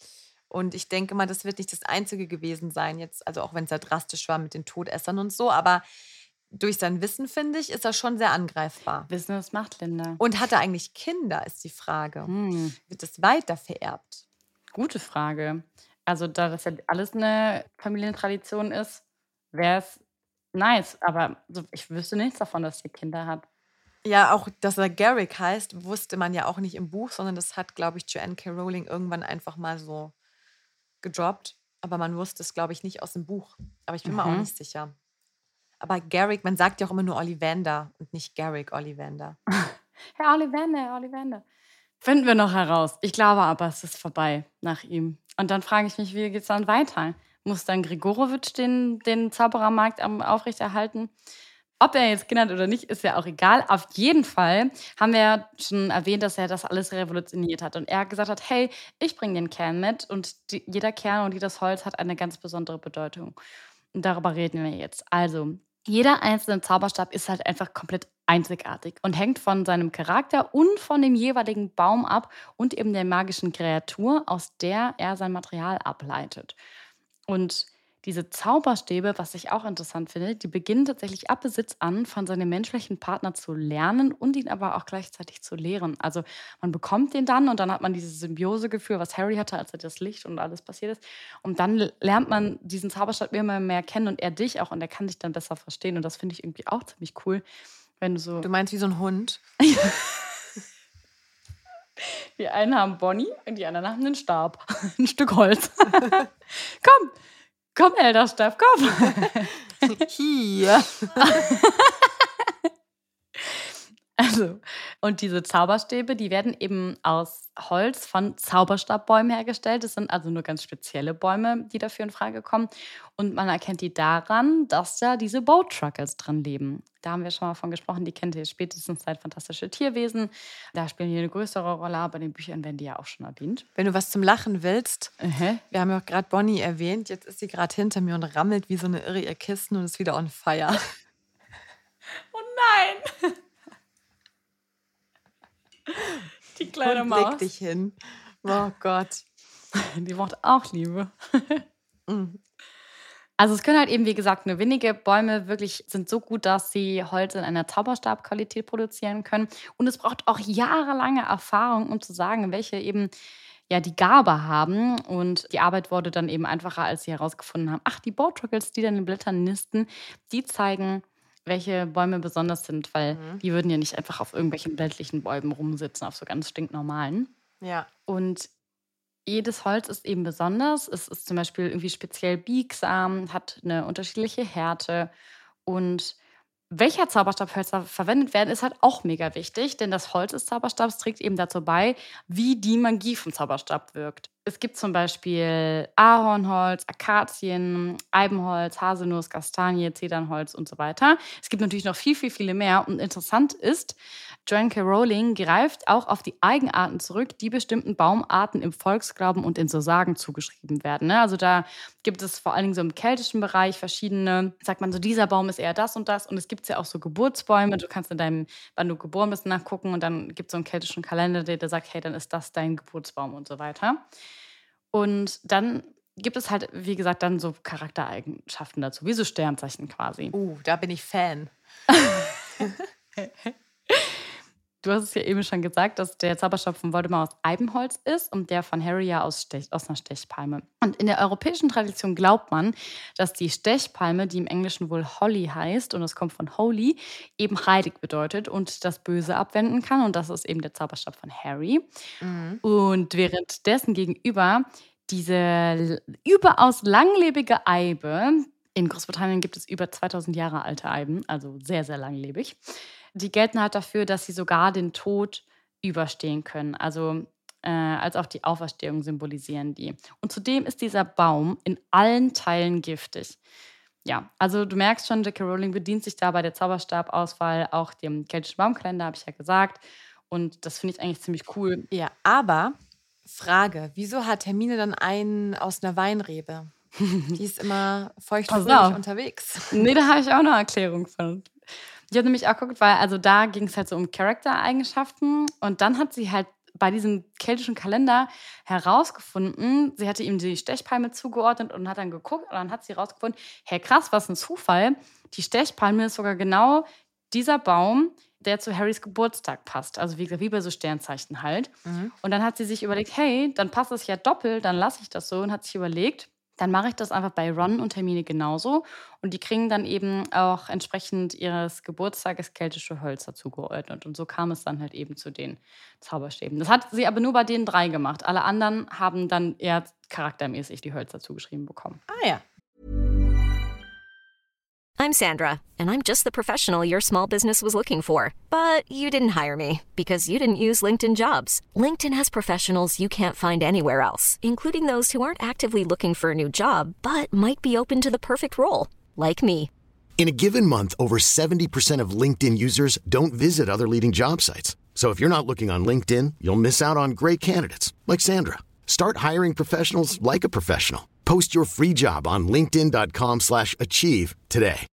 Und ich denke mal, das wird nicht das Einzige gewesen sein jetzt, also auch wenn es ja drastisch war mit den Todessern und so, aber durch sein Wissen, finde ich, ist er schon sehr angreifbar. Wissen ist Macht, Linda. Und hat er eigentlich Kinder, ist die Frage. Hm, Wird es weiter vererbt? gute Frage. Also, da das ja alles eine Familientradition ist, wäre es nice. Aber so, ich wüsste nichts davon, dass sie Kinder hat. Ja, auch, dass er Garrick heißt, wusste man ja auch nicht im Buch, sondern das hat, glaube ich, Joanne K. Rowling irgendwann einfach mal so gedroppt. Aber man wusste es, glaube ich, nicht aus dem Buch. Aber ich bin mir auch Mhm. nicht sicher. Aber Garrick, man sagt ja auch immer nur Ollivander und nicht Garrick Ollivander. Herr Ollivander, Herr Ollivander. Finden wir noch heraus. Ich glaube aber, es ist vorbei nach ihm. Und dann frage ich mich, wie geht es dann weiter? Muss dann Grigorowitsch den, den Zauberermarkt am- aufrechterhalten? Ob er jetzt Kinder hat oder nicht, ist ja auch egal. Auf jeden Fall haben wir ja schon erwähnt, dass er das alles revolutioniert hat. Und er gesagt hat, hey, ich bringe den Kern mit. Und die, jeder Kern und jedes Holz hat eine ganz besondere Bedeutung. Und darüber reden wir jetzt. Also, jeder einzelne Zauberstab ist halt einfach komplett einzigartig und hängt von seinem Charakter und von dem jeweiligen Baum ab und eben der magischen Kreatur, aus der er sein Material ableitet. Und diese Zauberstäbe, was ich auch interessant finde, die beginnen tatsächlich ab Besitz an, von seinem menschlichen Partner zu lernen und ihn aber auch gleichzeitig zu lehren. Also man bekommt den dann und dann hat man dieses Symbiosegefühl, was Harry hatte, als er das Licht und alles passiert ist. Und dann lernt man diesen Zauberstab immer mehr kennen und er dich auch und er kann dich dann besser verstehen. Und das finde ich irgendwie auch ziemlich cool, wenn du so... Du meinst wie so ein Hund? Die einen haben Bonnie und die anderen haben einen Stab. Ein Stück Holz. Komm, komm, Elderstab, komm. Hier. Also, und diese Zauberstäbe, die werden eben aus Holz von Zauberstabbäumen hergestellt. Das sind also nur ganz spezielle Bäume, die dafür in Frage kommen. Und man erkennt die daran, dass da diese Boat-Truckers drin leben. Da haben wir schon mal von gesprochen, die kennt ihr spätestens seit Fantastische Tierwesen. Da spielen die eine größere Rolle, aber in den Büchern werden die ja auch schon erwähnt. Wenn du was zum Lachen willst, Mhm. wir haben ja auch gerade Bonnie erwähnt, jetzt ist sie gerade hinter mir und rammelt wie so eine Irre ihr Kissen und ist wieder on fire. Oh nein! Die kleine und Maus. leg dich hin. Oh Gott. Die braucht auch Liebe. Mhm. Also es können halt eben, wie gesagt, nur wenige Bäume wirklich sind so gut, dass sie Holz in einer Zauberstabqualität produzieren können. Und es braucht auch jahrelange Erfahrung, um zu sagen, welche eben ja die Gabe haben. Und die Arbeit wurde dann eben einfacher, als sie herausgefunden haben, ach, die Boat-Truckers, die dann in den Blättern nisten, die zeigen, welche Bäume besonders sind, weil Mhm. die würden ja nicht einfach auf irgendwelchen blättlichen Bäumen rumsitzen, auf so ganz stinknormalen. Ja. Und jedes Holz ist eben besonders. Es ist zum Beispiel irgendwie speziell biegsam, hat eine unterschiedliche Härte und welcher Zauberstabhölzer verwendet werden, ist halt auch mega wichtig, denn das Holz des Zauberstabs trägt eben dazu bei, wie die Magie vom Zauberstab wirkt. Es gibt zum Beispiel Ahornholz, Akazien, Eibenholz, Haselnuss, Kastanie, Zedernholz und so weiter. Es gibt natürlich noch viel, viel, viele mehr. Und interessant ist, Joanne K. Rowling greift auch auf die Eigenarten zurück, die bestimmten Baumarten im Volksglauben und in so Sagen zugeschrieben werden. Ne? Also da gibt es vor allen Dingen so im keltischen Bereich verschiedene, sagt man so, dieser Baum ist eher das und das. Und es gibt ja auch so Geburtsbäume. Du kannst in deinem, wann du geboren bist, nachgucken und dann gibt es so einen keltischen Kalender, der, der sagt, hey, dann ist das dein Geburtsbaum und so weiter. Und dann gibt es halt, wie gesagt, dann so Charaktereigenschaften dazu, wie so Sternzeichen quasi. Uh, da bin ich Fan. Du hast es ja eben schon gesagt, dass der Zauberstab von Voldemort aus Eibenholz ist und der von Harry ja aus, Stech, aus einer Stechpalme. Und in der europäischen Tradition glaubt man, dass die Stechpalme, die im Englischen wohl Holly heißt und es kommt von Holy, eben heilig bedeutet und das Böse abwenden kann. Und das ist eben der Zauberstab von Harry. Mhm. Und währenddessen gegenüber diese überaus langlebige Eibe, in Großbritannien gibt es über zweitausend Jahre alte Eiben, also sehr, sehr langlebig. Die gelten halt dafür, dass sie sogar den Tod überstehen können. Also äh, als auch die Auferstehung symbolisieren die. Und zudem ist dieser Baum in allen Teilen giftig. Ja, also du merkst schon, J K. Rowling bedient sich da bei der Zauberstabauswahl auch dem keltischen Baumkalender, habe ich ja gesagt. Und das finde ich eigentlich ziemlich cool. Ja, aber Frage, wieso hat Hermine dann einen aus einer Weinrebe? Die ist immer feuchtfröhlich unterwegs. Nee, da habe ich auch noch eine Erklärung von. Ich habe nämlich auch geguckt, weil also da ging es halt so um Charaktereigenschaften und dann hat sie halt bei diesem keltischen Kalender herausgefunden, sie hatte ihm die Stechpalme zugeordnet und hat dann geguckt und dann hat sie herausgefunden, hey krass, was ein Zufall, die Stechpalme ist sogar genau dieser Baum, der zu Harrys Geburtstag passt. Also wie gesagt, wie bei so Sternzeichen halt. Mhm. Und dann hat sie sich überlegt, hey, dann passt das ja doppelt, dann lasse ich das so und hat sich überlegt, dann mache ich das einfach bei Ron und Hermine genauso. Und die kriegen dann eben auch entsprechend ihres Geburtstages keltische Hölzer zugeordnet. Und so kam es dann halt eben zu den Zauberstäben. Das hat sie aber nur bei den drei gemacht. Alle anderen haben dann eher charaktermäßig die Hölzer zugeschrieben bekommen. Ah ja. I'm Sandra, and I'm just the professional your small business was looking for. But you didn't hire me because you didn't use LinkedIn Jobs. LinkedIn has professionals you can't find anywhere else, including those who aren't actively looking for a new job, but might be open to the perfect role, like me. In a given month, over seventy percent of LinkedIn users don't visit other leading job sites. So if you're not looking on LinkedIn, you'll miss out on great candidates like Sandra. Start hiring professionals like a professional. Post your free job on linkedin dot com slash achieve today.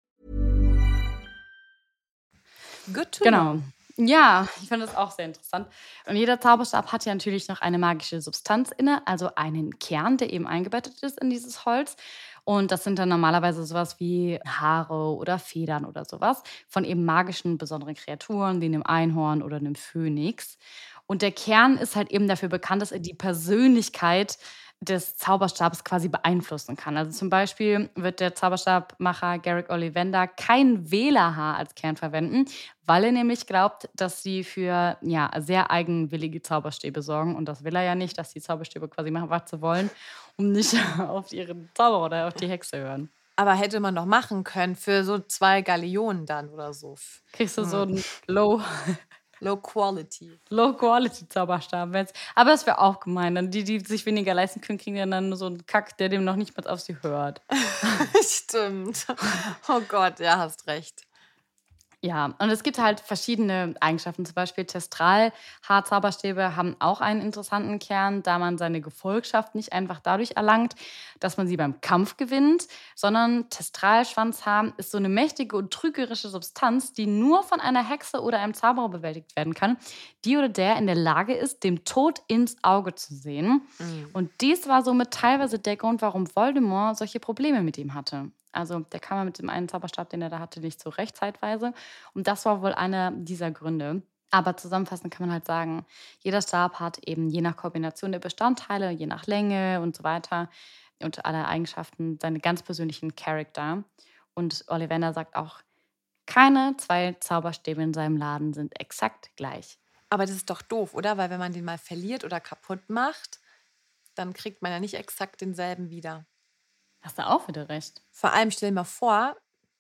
Good to Genau. know. Ja, ich finde das auch sehr interessant. Und jeder Zauberstab hat ja natürlich noch eine magische Substanz inne, also einen Kern, der eben eingebettet ist in dieses Holz. Und das sind dann normalerweise sowas wie Haare oder Federn oder sowas von eben magischen, besonderen Kreaturen, wie einem Einhorn oder einem Phönix. Und der Kern ist halt eben dafür bekannt, dass er die Persönlichkeit des Zauberstabs quasi beeinflussen kann. Also zum Beispiel wird der Zauberstabmacher Garrick Ollivander kein Wählerhaar als Kern verwenden, weil er nämlich glaubt, dass sie für ja, sehr eigenwillige Zauberstäbe sorgen. Und das will er ja nicht, dass die Zauberstäbe quasi machen, was sie wollen, um nicht auf ihren Zauberer oder auf die Hexe hören. Aber hätte man doch machen können für so zwei Galeonen dann oder so. Kriegst du so einen Low... Low Quality. Low Quality Zauberstab. Aber das wäre auch gemein. Dann die, die sich weniger leisten können, kriegen dann so einen Kack, der dem noch nicht mal auf sie hört. Stimmt. Oh Gott, ja, hast recht. Ja, und es gibt halt verschiedene Eigenschaften. Zum Beispiel Testral-Haarzauberstäbe haben auch einen interessanten Kern, da man seine Gefolgschaft nicht einfach dadurch erlangt, dass man sie beim Kampf gewinnt, sondern Testralschwanzhaar ist so eine mächtige und trügerische Substanz, die nur von einer Hexe oder einem Zauberer bewältigt werden kann, die oder der in der Lage ist, dem Tod ins Auge zu sehen. Mhm. Und dies war somit teilweise der Grund, warum Voldemort solche Probleme mit ihm hatte. Also der kam ja mit dem einen Zauberstab, den er da hatte, nicht so recht zeitweise. Und das war wohl einer dieser Gründe. Aber zusammenfassend kann man halt sagen, jeder Stab hat eben je nach Kombination der Bestandteile, je nach Länge und so weiter und alle Eigenschaften seine ganz persönlichen Charakter. Und Ollivander sagt auch, keine zwei Zauberstäbe in seinem Laden sind exakt gleich. Aber das ist doch doof, oder? Weil wenn man den mal verliert oder kaputt macht, dann kriegt man ja nicht exakt denselben wieder. Hast du auch wieder recht. Vor allem stell dir mal vor,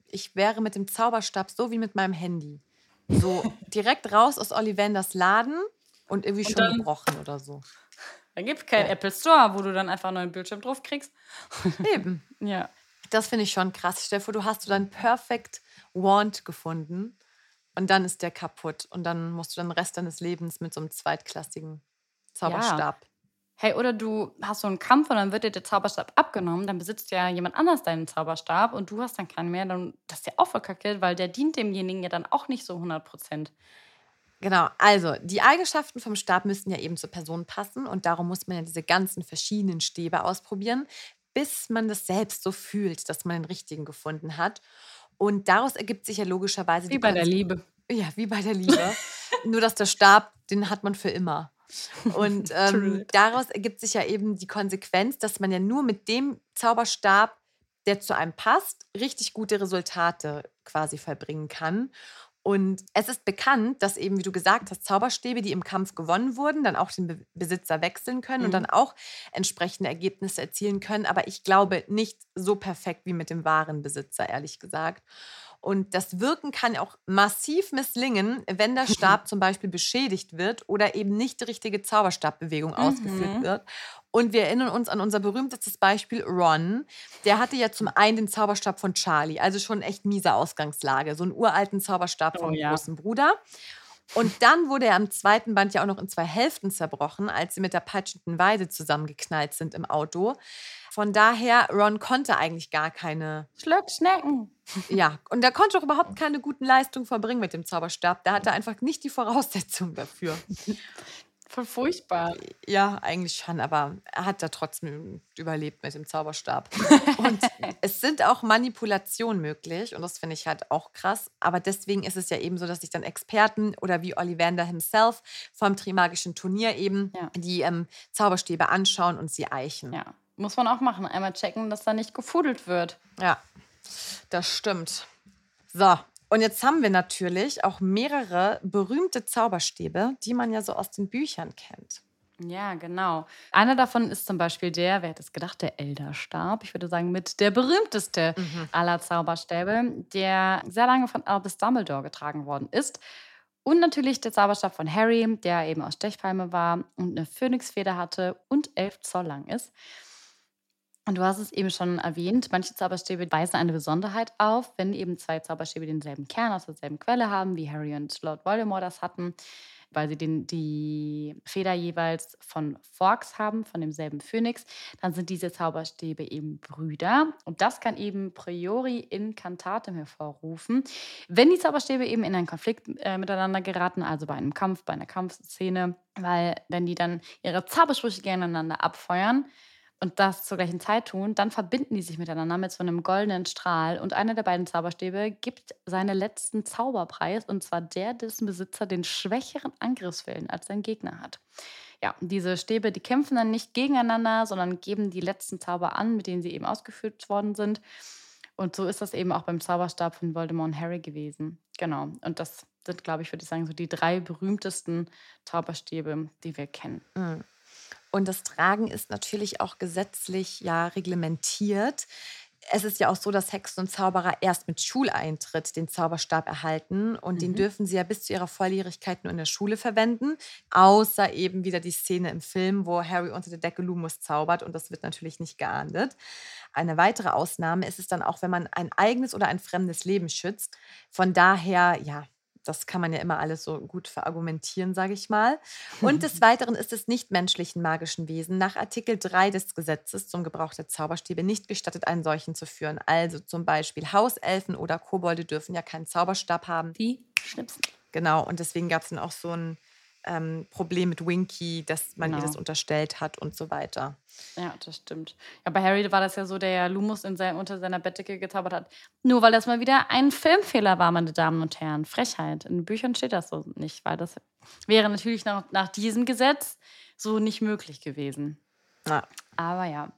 ich wäre mit dem Zauberstab so wie mit meinem Handy. So direkt raus aus Ollivanders Laden und irgendwie Und schon dann- gebrochen oder so. Da gibt es keinen Ja. Apple Store, wo du dann einfach einen neuen Bildschirm drauf kriegst. Eben. Ja. Das finde ich schon krass. Stell dir vor, du hast so deinen Perfect Wand gefunden und dann ist der kaputt. Und dann musst du dann den Rest deines Lebens mit so einem zweitklassigen Zauberstab. Hey, oder du hast so einen Kampf und dann wird dir der Zauberstab abgenommen, dann besitzt ja jemand anders deinen Zauberstab und du hast dann keinen mehr, dann das ist ja auch verkackt, weil der dient demjenigen ja dann auch nicht so hundert Prozent. Genau, also die Eigenschaften vom Stab müssen ja eben zur Person passen und darum muss man ja diese ganzen verschiedenen Stäbe ausprobieren, bis man das selbst so fühlt, dass man den richtigen gefunden hat. Und daraus ergibt sich ja logischerweise Wie die bei der Konse- Liebe. Ja, wie bei der Liebe. Nur, dass der Stab, den hat man für immer. Und ähm, True. daraus ergibt sich ja eben die Konsequenz, dass man ja nur mit dem Zauberstab, der zu einem passt, richtig gute Resultate quasi vollbringen kann. Und es ist bekannt, dass eben, wie du gesagt hast, Zauberstäbe, die im Kampf gewonnen wurden, dann auch den Be- Besitzer wechseln können und Mhm. dann auch entsprechende Ergebnisse erzielen können. Aber ich glaube nicht so perfekt wie mit dem wahren Besitzer, ehrlich gesagt. Und das Wirken kann auch massiv misslingen, wenn der Stab zum Beispiel beschädigt wird oder eben nicht die richtige Zauberstabbewegung ausgeführt wird. Und wir erinnern uns an unser berühmtestes Beispiel Ron. Der hatte ja zum einen den Zauberstab von Charlie, also schon echt miese Ausgangslage. So einen uralten Zauberstab Oh vom ja. großen Bruder. Und dann wurde er im zweiten Band ja auch noch in zwei Hälften zerbrochen, als sie mit der peitschenden Weide zusammengeknallt sind im Auto. Von daher, Ron konnte eigentlich gar keine, Schluck Schnecken. ja, und er konnte auch überhaupt keine guten Leistungen verbringen mit dem Zauberstab. Da hatte er einfach nicht die Voraussetzungen dafür. Voll furchtbar. Ja, eigentlich schon, aber er hat da trotzdem überlebt mit dem Zauberstab. Und es sind auch Manipulationen möglich und das finde ich halt auch krass. Aber deswegen ist es ja eben so, dass sich dann Experten oder wie Ollivander himself vom Trimagischen Turnier eben Ja. die ähm, Zauberstäbe anschauen und sie eichen. Ja, muss man auch machen. Einmal checken, dass da nicht gefudelt wird. Ja, das stimmt. So, und jetzt haben wir natürlich auch mehrere berühmte Zauberstäbe, die man ja so aus den Büchern kennt. Ja, genau. Einer davon ist zum Beispiel der, wer hätte es gedacht, der Elderstab. Ich würde sagen, mit der berühmteste aller Zauberstäbe, der sehr lange von Albus Dumbledore getragen worden ist. Und natürlich der Zauberstab von Harry, der eben aus Stechpalme war und eine Phönixfeder hatte und elf Zoll lang ist. Und du hast es eben schon erwähnt, manche Zauberstäbe weisen eine Besonderheit auf, wenn eben zwei Zauberstäbe denselben Kern aus derselben Quelle haben, wie Harry und Lord Voldemort das hatten, weil sie den, die Feder jeweils von Fawkes haben, von demselben Phönix, dann sind diese Zauberstäbe eben Brüder. Und das kann eben priori Incantatem hervorrufen. Wenn die Zauberstäbe eben in einen Konflikt äh, miteinander geraten, also bei einem Kampf, bei einer Kampfszene, weil wenn die dann ihre Zaubersprüche gegeneinander abfeuern, und das zur gleichen Zeit tun, dann verbinden die sich miteinander mit so einem goldenen Strahl und einer der beiden Zauberstäbe gibt seinen letzten Zauberpreis und zwar der, dessen Besitzer den schwächeren Angriffswillen als sein Gegner hat. Ja, und diese Stäbe, die kämpfen dann nicht gegeneinander, sondern geben die letzten Zauber an, mit denen sie eben ausgeführt worden sind. Und so ist das eben auch beim Zauberstab von Voldemort und Harry gewesen. Genau. Und das sind, glaube ich, würde ich sagen, so die drei berühmtesten Zauberstäbe, die wir kennen. Mhm. Und das Tragen ist natürlich auch gesetzlich ja reglementiert. Es ist ja auch so, dass Hexen und Zauberer erst mit Schuleintritt den Zauberstab erhalten und mhm. den dürfen sie ja bis zu ihrer Volljährigkeit nur in der Schule verwenden, außer eben wieder die Szene im Film, wo Harry unter der Decke Lumos zaubert und das wird natürlich nicht geahndet. Eine weitere Ausnahme ist es dann auch, wenn man ein eigenes oder ein fremdes Leben schützt. Von daher, ja, das kann man ja immer alles so gut verargumentieren, sage ich mal. Und des Weiteren ist es nichtmenschlichen magischen Wesen nach Artikel drei des Gesetzes zum Gebrauch der Zauberstäbe nicht gestattet, einen solchen zu führen. Also zum Beispiel Hauselfen oder Kobolde dürfen ja keinen Zauberstab haben. Die schnipsen. Genau, und deswegen gab es dann auch so ein ähm, Problem mit Winky, dass man Genau. ihr das unterstellt hat und so weiter. Ja, das stimmt. Ja, bei Harry war das ja so, der ja Lumos in sein, unter seiner Bettdecke gezaubert hat. Nur weil das mal wieder ein Filmfehler war, meine Damen und Herren. Frechheit. In den Büchern steht das so nicht, weil das wäre natürlich nach, nach diesem Gesetz so nicht möglich gewesen. Ja. Aber ja.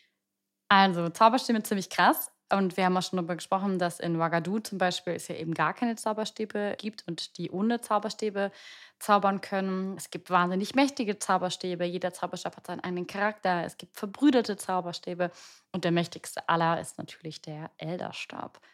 Also, Zauberstäbe ziemlich krass. Und wir haben auch schon darüber gesprochen, dass in Ouagadougou zum Beispiel es ja eben gar keine Zauberstäbe gibt und die ohne Zauberstäbe zaubern können. Es gibt wahnsinnig mächtige Zauberstäbe. Jeder Zauberstab hat seinen eigenen Charakter. Es gibt verbrüderte Zauberstäbe. Und der mächtigste aller ist natürlich der Elderstab.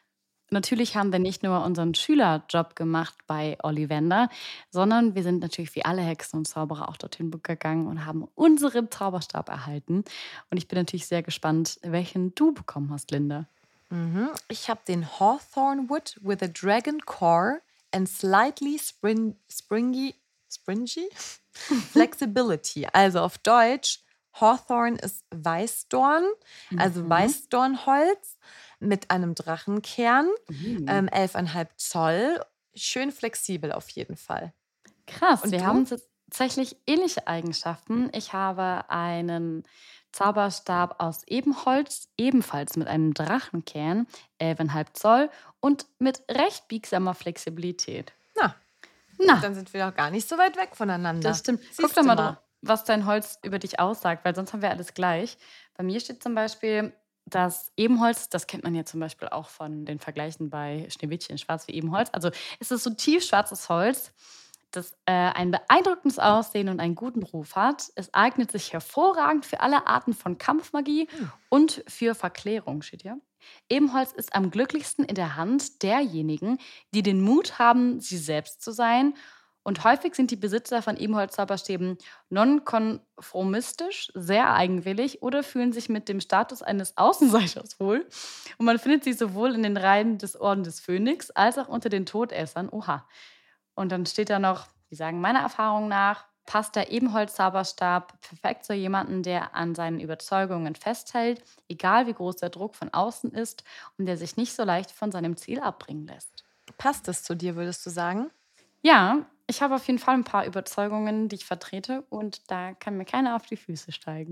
natürlich haben wir nicht nur unseren Schülerjob gemacht bei Ollivander, sondern wir sind natürlich wie alle Hexen und Zauberer auch dorthin gegangen und haben unseren Zauberstab erhalten. Und ich bin natürlich sehr gespannt, welchen du bekommen hast, Linda. Mhm. Ich habe den Hawthorn Wood with a Dragon Core and slightly spring, springy, springy flexibility. Also auf Deutsch, Hawthorn ist Weißdorn, also Mhm. Weißdornholz mit einem Drachenkern, Mhm. ähm, elf Komma fünf Zoll. Schön flexibel auf jeden Fall. Krass, Und wir du? haben tatsächlich ähnliche Eigenschaften. Ich habe einen Zauberstab aus Ebenholz, ebenfalls mit einem Drachenkern, elf Komma fünf Zoll und mit recht biegsamer Flexibilität. Na, Na, dann sind wir doch gar nicht so weit weg voneinander. das stimmt. Guck Siehst doch du mal, mal. dr- was dein Holz über dich aussagt, weil sonst haben wir alles gleich. Bei mir steht zum Beispiel, das Ebenholz, das kennt man ja zum Beispiel auch von den Vergleichen bei Schneewittchen, schwarz wie Ebenholz. Also es ist so tiefschwarzes Holz, das äh, ein beeindruckendes Aussehen und einen guten Ruf hat. Es eignet sich hervorragend für alle Arten von Kampfmagie und für Verklärung, steht hier. Ebenholz ist am glücklichsten in der Hand derjenigen, die den Mut haben, sie selbst zu sein. Und häufig sind die Besitzer von Ebenholz-Zauberstäben nonkonformistisch, sehr eigenwillig oder fühlen sich mit dem Status eines Außenseiters wohl. Und man findet sie sowohl in den Reihen des Orden des Phönix als auch unter den Todessern. Oha. Und dann steht da noch, die sagen, meiner Erfahrung nach passt der Ebenholz-Zauberstab perfekt zu jemandem, der an seinen Überzeugungen festhält, egal wie groß der Druck von außen ist und der sich nicht so leicht von seinem Ziel abbringen lässt. Passt es zu dir, würdest du sagen? Ja, ich habe auf jeden Fall ein paar Überzeugungen, die ich vertrete und da kann mir keiner auf die Füße steigen.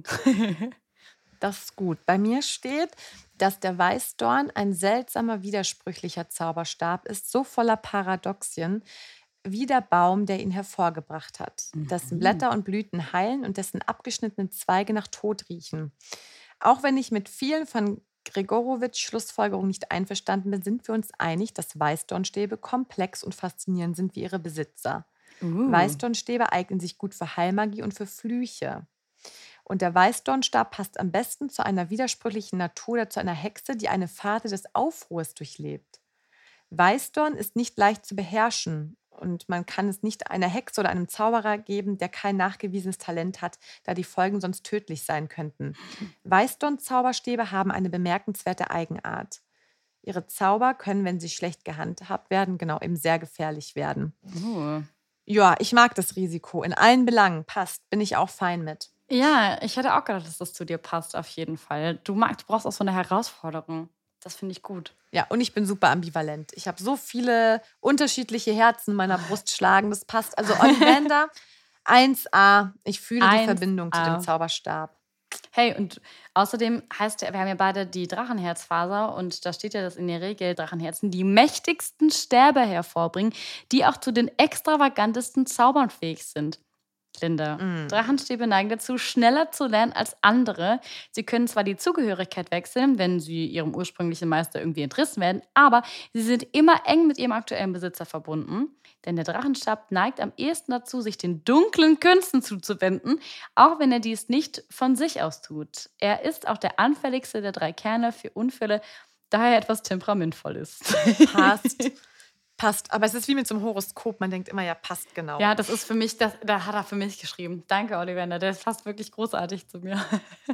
Das ist gut. Bei mir steht, dass der Weißdorn ein seltsamer, widersprüchlicher Zauberstab ist, so voller Paradoxien, wie der Baum, der ihn hervorgebracht hat, dessen Blätter und Blüten heilen und dessen abgeschnittenen Zweige nach Tod riechen. Auch wenn ich mit vielen von Gregorowitsch Schlussfolgerungen nicht einverstanden bin, sind wir uns einig, dass Weißdornstäbe komplex und faszinierend sind wie ihre Besitzer. Uh. Weißdornstäbe eignen sich gut für Heilmagie und für Flüche. Und der Weißdornstab passt am besten zu einer widersprüchlichen Natur oder zu einer Hexe, die eine Phase des Aufruhrs durchlebt. Weißdorn ist nicht leicht zu beherrschen und man kann es nicht einer Hexe oder einem Zauberer geben, der kein nachgewiesenes Talent hat, da die Folgen sonst tödlich sein könnten. Weißdorn-Zauberstäbe haben eine bemerkenswerte Eigenart. Ihre Zauber können, wenn sie schlecht gehandhabt werden, genau eben sehr gefährlich werden. Uh. Ja, ich mag das Risiko. In allen Belangen passt, bin ich auch fein mit. Ja, ich hätte auch gedacht, dass das zu dir passt, auf jeden Fall. Du, magst, du brauchst auch so eine Herausforderung. Das finde ich gut. Ja, und ich bin super ambivalent. Ich habe so viele unterschiedliche Herzen in meiner Brust schlagen. Das passt. Also Ollivander, eins a. Ich fühle die eins a. Verbindung zu dem Zauberstab. Hey, und außerdem heißt ja, wir haben ja beide die Drachenherzfaser und da steht ja, dass in der Regel Drachenherzen die mächtigsten Stäbe hervorbringen, die auch zu den extravagantesten Zaubern fähig sind. Linda, Mm. Drachenstäbe neigen dazu, schneller zu lernen als andere. Sie können zwar die Zugehörigkeit wechseln, wenn sie ihrem ursprünglichen Meister irgendwie entrissen werden, aber sie sind immer eng mit ihrem aktuellen Besitzer verbunden. Denn der Drachenstab neigt am ehesten dazu, sich den dunklen Künsten zuzuwenden, auch wenn er dies nicht von sich aus tut. Er ist auch der anfälligste der drei Kerne für Unfälle, da er etwas temperamentvoll ist. Passt. Passt. Aber es ist wie mit so einem Horoskop. Man denkt immer, ja, passt genau. Ja, das ist für mich, das, da hat er für mich geschrieben. Danke, Ollivander. Der ist fast wirklich großartig zu mir.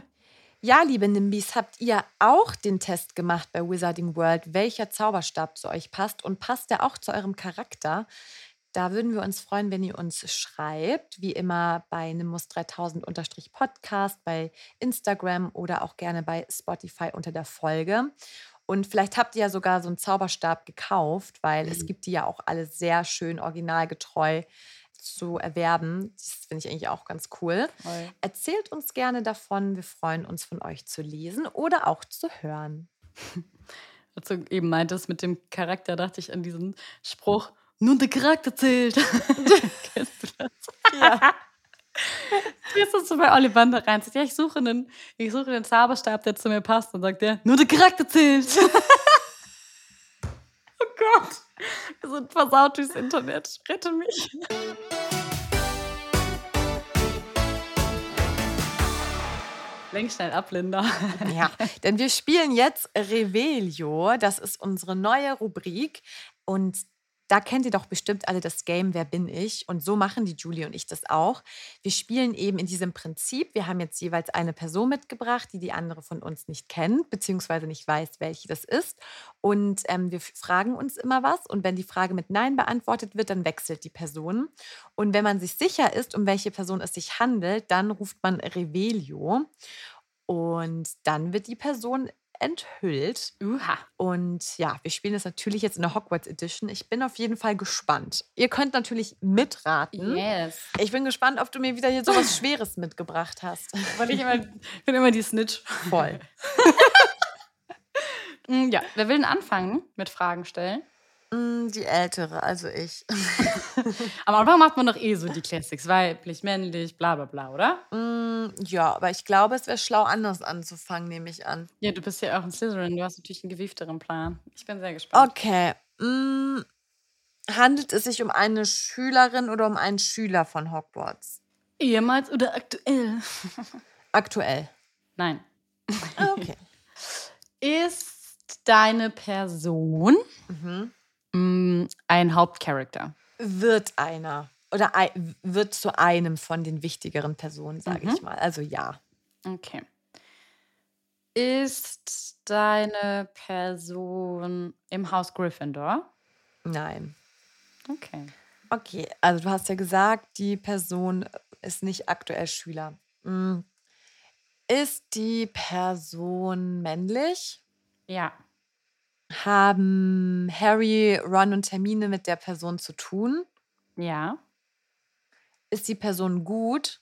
Ja, liebe Nimbys, habt ihr auch den Test gemacht bei Wizarding World, welcher Zauberstab zu euch passt und passt der auch zu eurem Charakter? Da würden wir uns freuen, wenn ihr uns schreibt, wie immer bei nimbus dreitausend Podcast, bei Instagram oder auch gerne bei Spotify unter der Folge. Und vielleicht habt ihr ja sogar so einen Zauberstab gekauft, weil mhm. es gibt die ja auch alle sehr schön originalgetreu zu erwerben. Das finde ich eigentlich auch ganz cool. Voll. Erzählt uns gerne davon. Wir freuen uns, von euch zu lesen oder auch zu hören. Als du eben meintest mit dem Charakter, dachte ich an diesen Spruch, nur der Charakter zählt. Kennst du das? Ja. Wie ist das so bei Ollivander rein? Ja, ich suche einen, ich suche einen Zauberstab, der zu mir passt. Und sagt der, nur der Charakter zählt. Oh Gott. Wir sind versaut durchs Internet. Rette mich. Lenk schnell ab, Linda. Ja, denn wir spielen jetzt Revelio. Das ist unsere neue Rubrik. Und da kennt ihr doch bestimmt alle das Game Wer bin ich? Und so machen die Julie und ich das auch. Wir spielen eben in diesem Prinzip. Wir haben jetzt jeweils eine Person mitgebracht, die die andere von uns nicht kennt, beziehungsweise nicht weiß, welche das ist. Und ähm, wir fragen uns immer was. Und wenn die Frage mit Nein beantwortet wird, dann wechselt die Person. Und wenn man sich sicher ist, um welche Person es sich handelt, dann ruft man Revelio. Und dann wird die Person enthüllt. Uha. Und ja, wir spielen das natürlich jetzt in der Hogwarts Edition. Ich bin auf jeden Fall gespannt. Ihr könnt natürlich mitraten. Yes. Ich bin gespannt, ob du mir wieder hier so was Schweres mitgebracht hast. Weil ich immer, bin immer die Snitch. Voll. Ja, wer will denn anfangen mit Fragen stellen? Die Ältere, also ich. Am Anfang macht man doch eh so die Classics. Weiblich, männlich, bla bla bla, oder? Ja, aber ich glaube, es wäre schlau, anders anzufangen, nehme ich an. Ja, du bist ja auch ein Slytherin. Du hast natürlich einen gewiefteren Plan. Ich bin sehr gespannt. Okay. Mm, handelt es sich um eine Schülerin oder um einen Schüler von Hogwarts? Ehemals oder aktuell? Aktuell. Nein. Ah, okay. Ist deine Person mm, ein Hauptcharakter? Wird einer. Oder ei- wird zu einem von den wichtigeren Personen, sage ich mal. Also ja. Okay. Ist deine Person im Haus Gryffindor? Nein. Okay. Okay, also du hast ja gesagt, die Person ist nicht aktuell Schüler. Mm. Ist die Person männlich? Ja. Haben Harry, Ron und Hermine mit der Person zu tun? Ja. Ist die Person gut?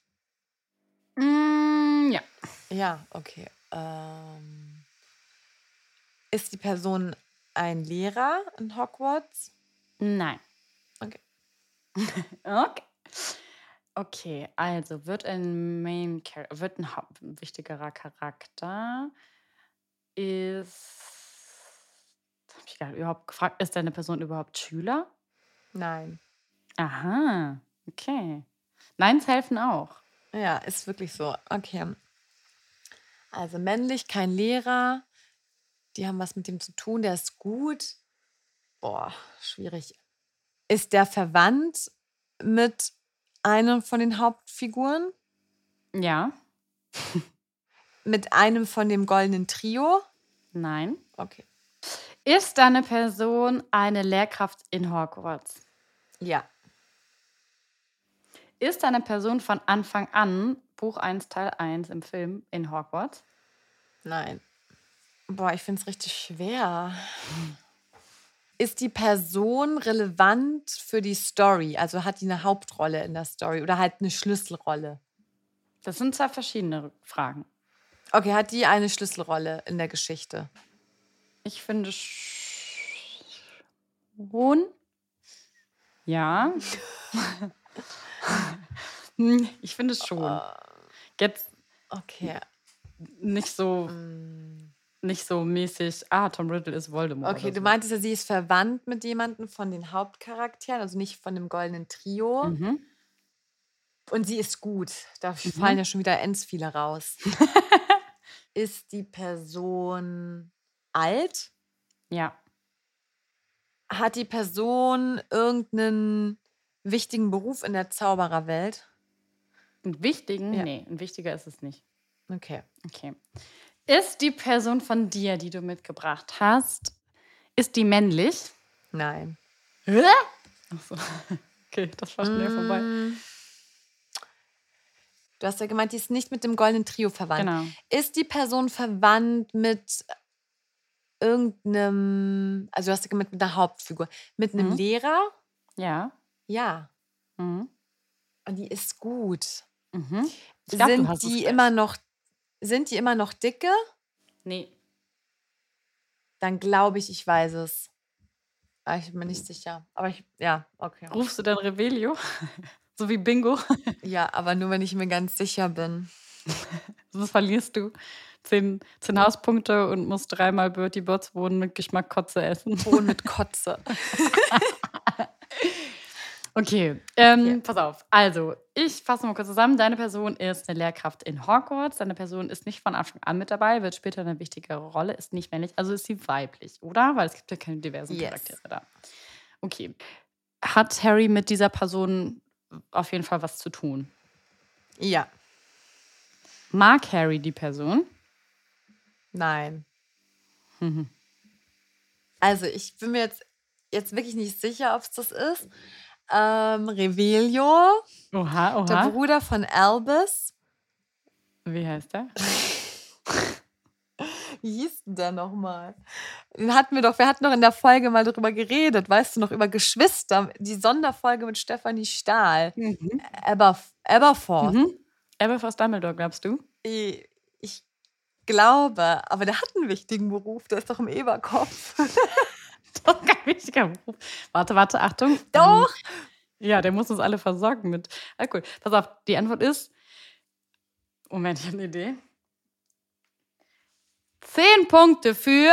Mm, ja. Ja, okay. Ähm, ist die Person ein Lehrer in Hogwarts? Nein. Okay. Okay. Okay, also wird ein Main Character, wird ein Haupt wichtigerer Charakter, ist, habe ich gerade überhaupt gefragt, ist deine Person überhaupt Schüler? Nein. Aha, okay. Neins helfen auch. Ja, ist wirklich so. Okay. Also männlich, kein Lehrer. Die haben was mit dem zu tun, der ist gut. Boah, schwierig. Ist der verwandt mit einer von den Hauptfiguren? Ja, Mit einem von dem goldenen Trio? nein. Okay. Ist deine Person eine Lehrkraft in Hogwarts? Ja. Ist deine Person von Anfang an, Buch eins, Teil eins im Film, in Hogwarts? Nein. Boah, ich finde es richtig schwer. Ist die Person relevant für die Story? Also hat die eine Hauptrolle in der Story oder halt eine Schlüsselrolle? Das sind zwei verschiedene Fragen. Okay, hat die eine Schlüsselrolle in der Geschichte? Ich finde schon. Ja. Ich finde es schon. Jetzt Okay. nicht so, nicht so mäßig, ah, Tom Riddle ist Voldemort. Okay, oder du so. meintest ja, sie ist verwandt mit jemandem von den Hauptcharakteren, also nicht von dem goldenen Trio. Mhm. Und sie ist gut. Da fallen ja schon wieder ends viele raus. Ist die Person alt? Ja. Hat die Person irgendeinen wichtigen Beruf in der Zaubererwelt? Einen wichtigen? Ja. Nee, ein wichtiger ist es nicht. Okay. Okay. Ist die Person von dir, die du mitgebracht hast, ist die männlich? Nein. Achso. Okay, das war schnell vorbei. Du hast ja gemeint, die ist nicht mit dem goldenen Trio verwandt. Genau. Ist die Person verwandt mit irgendeinem, also du hast ja gemeint, mit einer Hauptfigur, mit einem Mhm. Lehrer? Ja. Ja. Mhm. Und die ist gut. Mhm. Ich glaub, du Sind hast es die gleich. immer noch, sind die immer noch dicke? Nee. Dann glaube ich, ich weiß es. Aber ich bin mir nicht sicher. Aber ich, ja, okay. Rufst du dann Revelio? So wie Bingo? Ja, aber nur, wenn ich mir ganz sicher bin. Sonst verlierst du zehn, zehn Hauspunkte und musst dreimal Bertie Bott's Bohnen mit Geschmack Kotze essen. Bohnen mit Kotze. Okay, ähm, Okay. pass auf. Also, ich fasse mal kurz zusammen. Deine Person ist eine Lehrkraft in Hogwarts. Deine Person ist nicht von Anfang an mit dabei, wird später eine wichtige Rolle, ist nicht männlich. Also ist sie weiblich, oder? Weil es gibt ja keine diversen Yes. Charaktere da. Okay. Hat Harry mit dieser Person auf jeden Fall was zu tun? Ja. Mag Harry die Person? Nein. Mhm. Also ich bin mir jetzt, jetzt wirklich nicht sicher, ob es das ist. Ähm, Revelio, Oha, der oha. Bruder von Albus. Wie heißt der? Wie hieß denn der nochmal? Den hatten wir doch, wir hatten doch in der Folge mal drüber geredet, weißt du noch, über Geschwister, die Sonderfolge mit Stefanie Stahl. Mhm. Aber, Aberforth. Mhm. Aberforth Dumbledore, glaubst du? Ich, ich glaube, aber der hat einen wichtigen Beruf, der ist doch im Eberkopf. Doch, kein wichtiger Beruf. Warte, warte, Achtung. Doch! Ja, der muss uns alle versorgen mit Alkohol. Pass auf, die Antwort ist. Moment, ich habe eine Idee. Zehn Punkte für.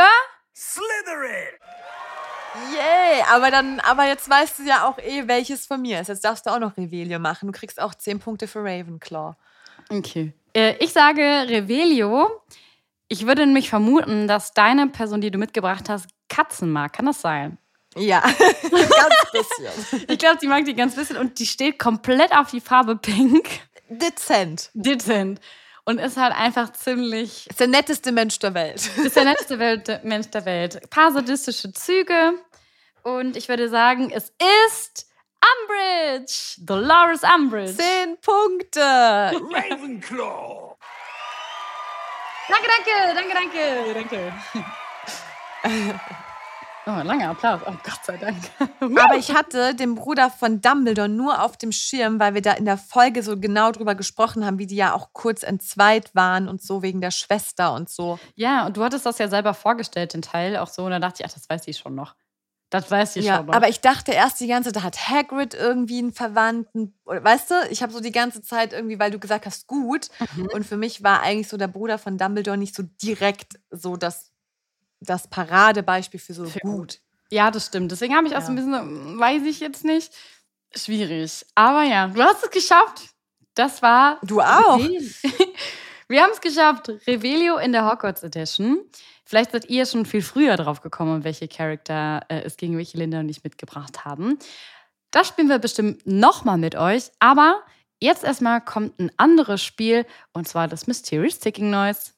Yay! Aber dann, aber jetzt weißt du ja auch eh, welches von mir ist. Jetzt darfst du auch noch Revelio machen. Du kriegst auch zehn Punkte für Ravenclaw. Okay. Äh, ich sage Revelio. Ich würde nämlich vermuten, dass deine Person, die du mitgebracht hast, Katzen mag. Kann das sein? Ja, ganz bisschen. Ich glaube, sie mag die ganz bisschen und die steht komplett auf die Farbe Pink. Dezent. Dezent. Und ist halt einfach ziemlich. Ist der netteste Mensch der Welt. Ist der netteste Welt, Mensch der Welt. Ein paar sadistische Züge. Und ich würde sagen, es ist Umbridge. Dolores Umbridge. Zehn Punkte. Ravenclaw! Danke, danke, danke, danke, danke. Oh, ein langer Applaus. Oh, Gott sei Dank. Aber ich hatte den Bruder von Dumbledore nur auf dem Schirm, weil wir da in der Folge so genau drüber gesprochen haben, wie die ja auch kurz entzweit waren und so wegen der Schwester und so. Ja, und du hattest das ja selber vorgestellt, den Teil, auch so. Und da dachte ich, ach, das weiß ich schon noch. Das weiß ich Ja, schon noch. aber ich dachte erst die ganze Zeit, da hat Hagrid irgendwie einen Verwandten. Oder, weißt du, ich habe so die ganze Zeit irgendwie, weil du gesagt hast, gut. Mhm. Und für mich war eigentlich so der Bruder von Dumbledore nicht so direkt so das, das Paradebeispiel für so Für gut. Ja, das stimmt. Deswegen habe ich auch so ein Ja. bisschen, so, weiß ich jetzt nicht. Schwierig. Aber ja, du hast es geschafft. Das war. Du auch. Wir haben es geschafft. Revelio in der Hogwarts Edition. Vielleicht seid ihr schon viel früher drauf gekommen, welche Charakter äh, es gegen welche Linda und ich mitgebracht haben. Das spielen wir bestimmt nochmal mit euch. Aber jetzt erstmal kommt ein anderes Spiel. Und zwar das Mysterious Ticking Noise.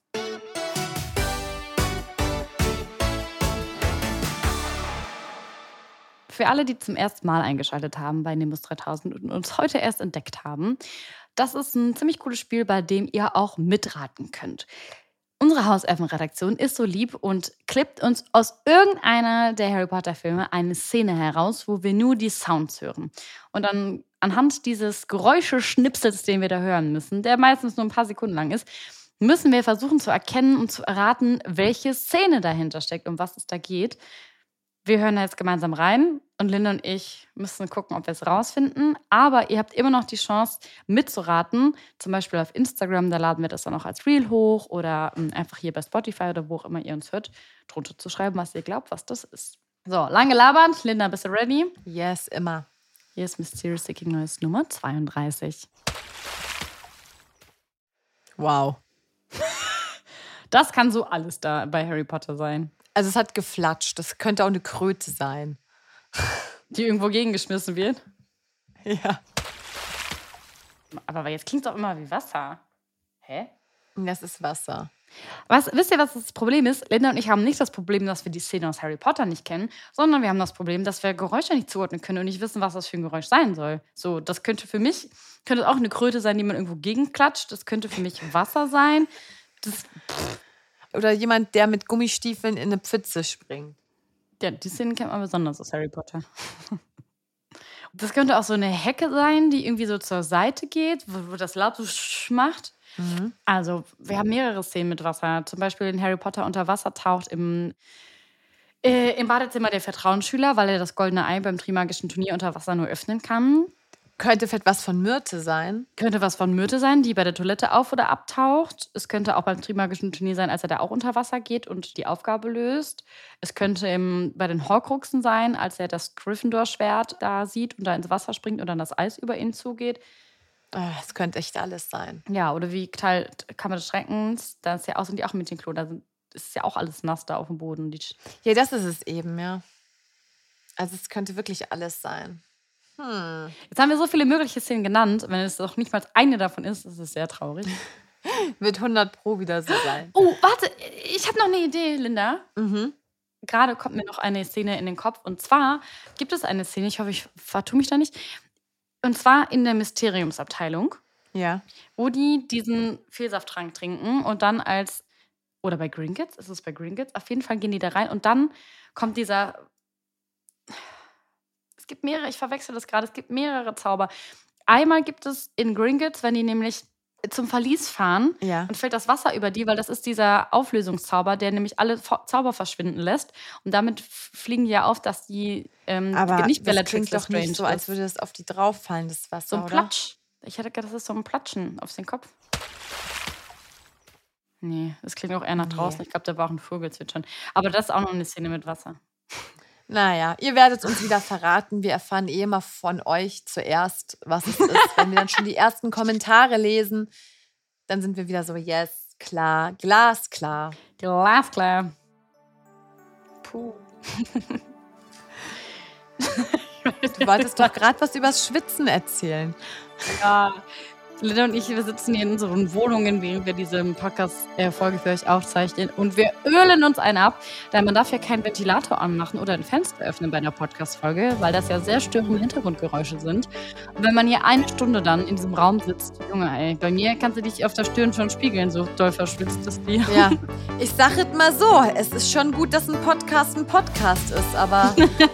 Für alle, die zum ersten Mal eingeschaltet haben bei Nimbus dreitausend und uns heute erst entdeckt haben, das ist ein ziemlich cooles Spiel, bei dem ihr auch mitraten könnt. Unsere Hauselfenredaktion ist so lieb und klippt uns aus irgendeiner der Harry Potter Filme eine Szene heraus, wo wir nur die Sounds hören. Und dann anhand dieses Geräuscheschnipsels, den wir da hören müssen, der meistens nur ein paar Sekunden lang ist, müssen wir versuchen zu erkennen und zu erraten, welche Szene dahinter steckt, um was es da geht. Wir hören da jetzt gemeinsam rein und Linda und ich müssen gucken, ob wir es rausfinden. Aber ihr habt immer noch die Chance mitzuraten. Zum Beispiel auf Instagram, da laden wir das dann auch als Reel hoch oder ähm, einfach hier bei Spotify oder wo auch immer ihr uns hört, drunter zu schreiben, was ihr glaubt, was das ist. So, lang gelabert. Linda, bist du ready? Yes, immer. Hier ist Mysterious Ticking Noise Nummer zweiunddreißig. Wow. Das kann so alles da bei Harry Potter sein. Also es hat geflatscht. Das könnte auch eine Kröte sein. Die irgendwo gegengeschmissen wird. Ja. Aber jetzt klingt es auch immer wie Wasser. Hä? Das ist Wasser. Was, wisst ihr, was das Problem ist? Linda und ich haben nicht das Problem, dass wir die Szene aus Harry Potter nicht kennen, sondern wir haben das Problem, dass wir Geräusche nicht zuordnen können und nicht wissen, was das für ein Geräusch sein soll. So, das könnte für mich, könnte auch eine Kröte sein, die man irgendwo gegenklatscht. Das könnte für mich Wasser sein. Das, Oder jemand, der mit Gummistiefeln in eine Pfütze springt. ja, die Szenen kennt man besonders aus Harry Potter. Das könnte auch so eine Hecke sein, die irgendwie so zur Seite geht, wo, wo das Laub so sch macht. Mhm. Also, wir haben mehrere Szenen mit Wasser. Zum Beispiel, wenn Harry Potter unter Wasser taucht im, äh, im Badezimmer der Vertrauensschüler, weil er das goldene Ei beim Trimagischen Turnier unter Wasser nur öffnen kann. Könnte vielleicht was von Myrte sein. Könnte was von Myrte sein, die bei der Toilette auf- oder abtaucht. Es könnte auch beim Trimagischen Turnier sein, als er da auch unter Wasser geht und die Aufgabe löst. Es könnte im, bei den Horcruxen sein, als er das Gryffindor-Schwert da sieht und da ins Wasser springt und dann das Eis über ihn zugeht. Es könnte echt alles sein. Ja, oder wie Teil Kammer des Schreckens, da ist ja auch, sind die auch mit den Klo, da sind, ist ja auch alles nass da auf dem Boden. Die ja, das ist es eben, ja. Also es könnte wirklich alles sein. Hm. Jetzt haben wir so viele mögliche Szenen genannt. Wenn es doch nicht mal eine davon ist, ist es sehr traurig. Wird hundert Pro wieder so sein. Oh, warte, ich habe noch eine Idee, Linda. Mhm. Gerade kommt mir noch eine Szene in den Kopf. Und zwar gibt es eine Szene, ich hoffe, ich vertue mich da nicht. Und zwar in der Mysteriumsabteilung. Ja. Wo die diesen Fehlsafttrank trinken und dann als, oder bei Gringotts, ist es bei Gringotts? Auf jeden Fall gehen die da rein und dann kommt dieser, es gibt mehrere, ich verwechsel das gerade, es gibt mehrere Zauber. Einmal gibt es in Gringotts, wenn die nämlich zum Verlies fahren ja. und fällt das Wasser über die, weil das ist dieser Auflösungszauber, der nämlich alle Zauber verschwinden lässt. Und damit fliegen die ja auf, dass die ähm, aber nicht das Bellatrix klingt doch nicht so, als würde das auf die drauf fallen, das Wasser, so ein oder? Platsch. Ich hätte gedacht, das ist so ein Platschen auf den Kopf. Nee, das klingt auch eher nach draußen. Nee. Ich glaube, da war auch ein Vogelzwitschern. Aber das ist auch noch eine Szene mit Wasser. Naja, ihr werdet uns wieder verraten. Wir erfahren eh immer von euch zuerst, was es ist. Wenn wir dann schon die ersten Kommentare lesen, dann sind wir wieder so, yes, klar, glasklar. Glasklar. Puh. Du wolltest doch gerade was übers Schwitzen erzählen. Ja, Linda und ich, wir sitzen hier in unseren Wohnungen, während wir diese Podcast-Folge für euch aufzeichnen. Und wir ölen uns einen ab, denn man darf ja keinen Ventilator anmachen oder ein Fenster öffnen bei einer Podcast-Folge, weil das ja sehr störende Hintergrundgeräusche sind. Und wenn man hier eine Stunde dann in diesem Raum sitzt, Junge, ey, bei mir kannst du dich auf der Stirn schon spiegeln, so doll verschwitzt ist die. Ja, ich sag es mal so, es ist schon gut, dass ein Podcast ein Podcast ist, aber...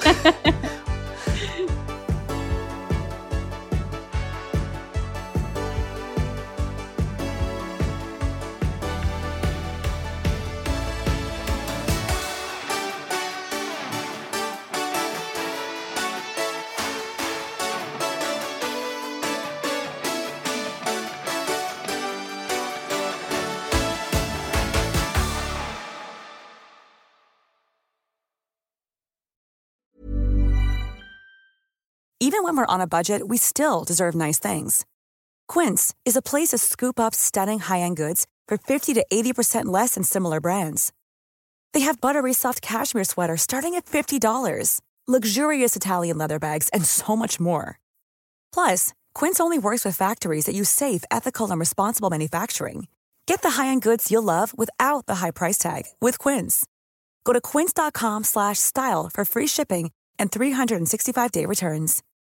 Even when we're on a budget, we still deserve nice things. Quince is a place to scoop up stunning high-end goods for fifty to eighty percent less than similar brands. They have buttery soft cashmere sweaters starting at fifty dollars, luxurious Italian leather bags, and so much more. Plus, Quince only works with factories that use safe, ethical, and responsible manufacturing. Get the high-end goods you'll love without the high price tag with Quince. Go to quince.com slash style for free shipping and three sixty-five day returns.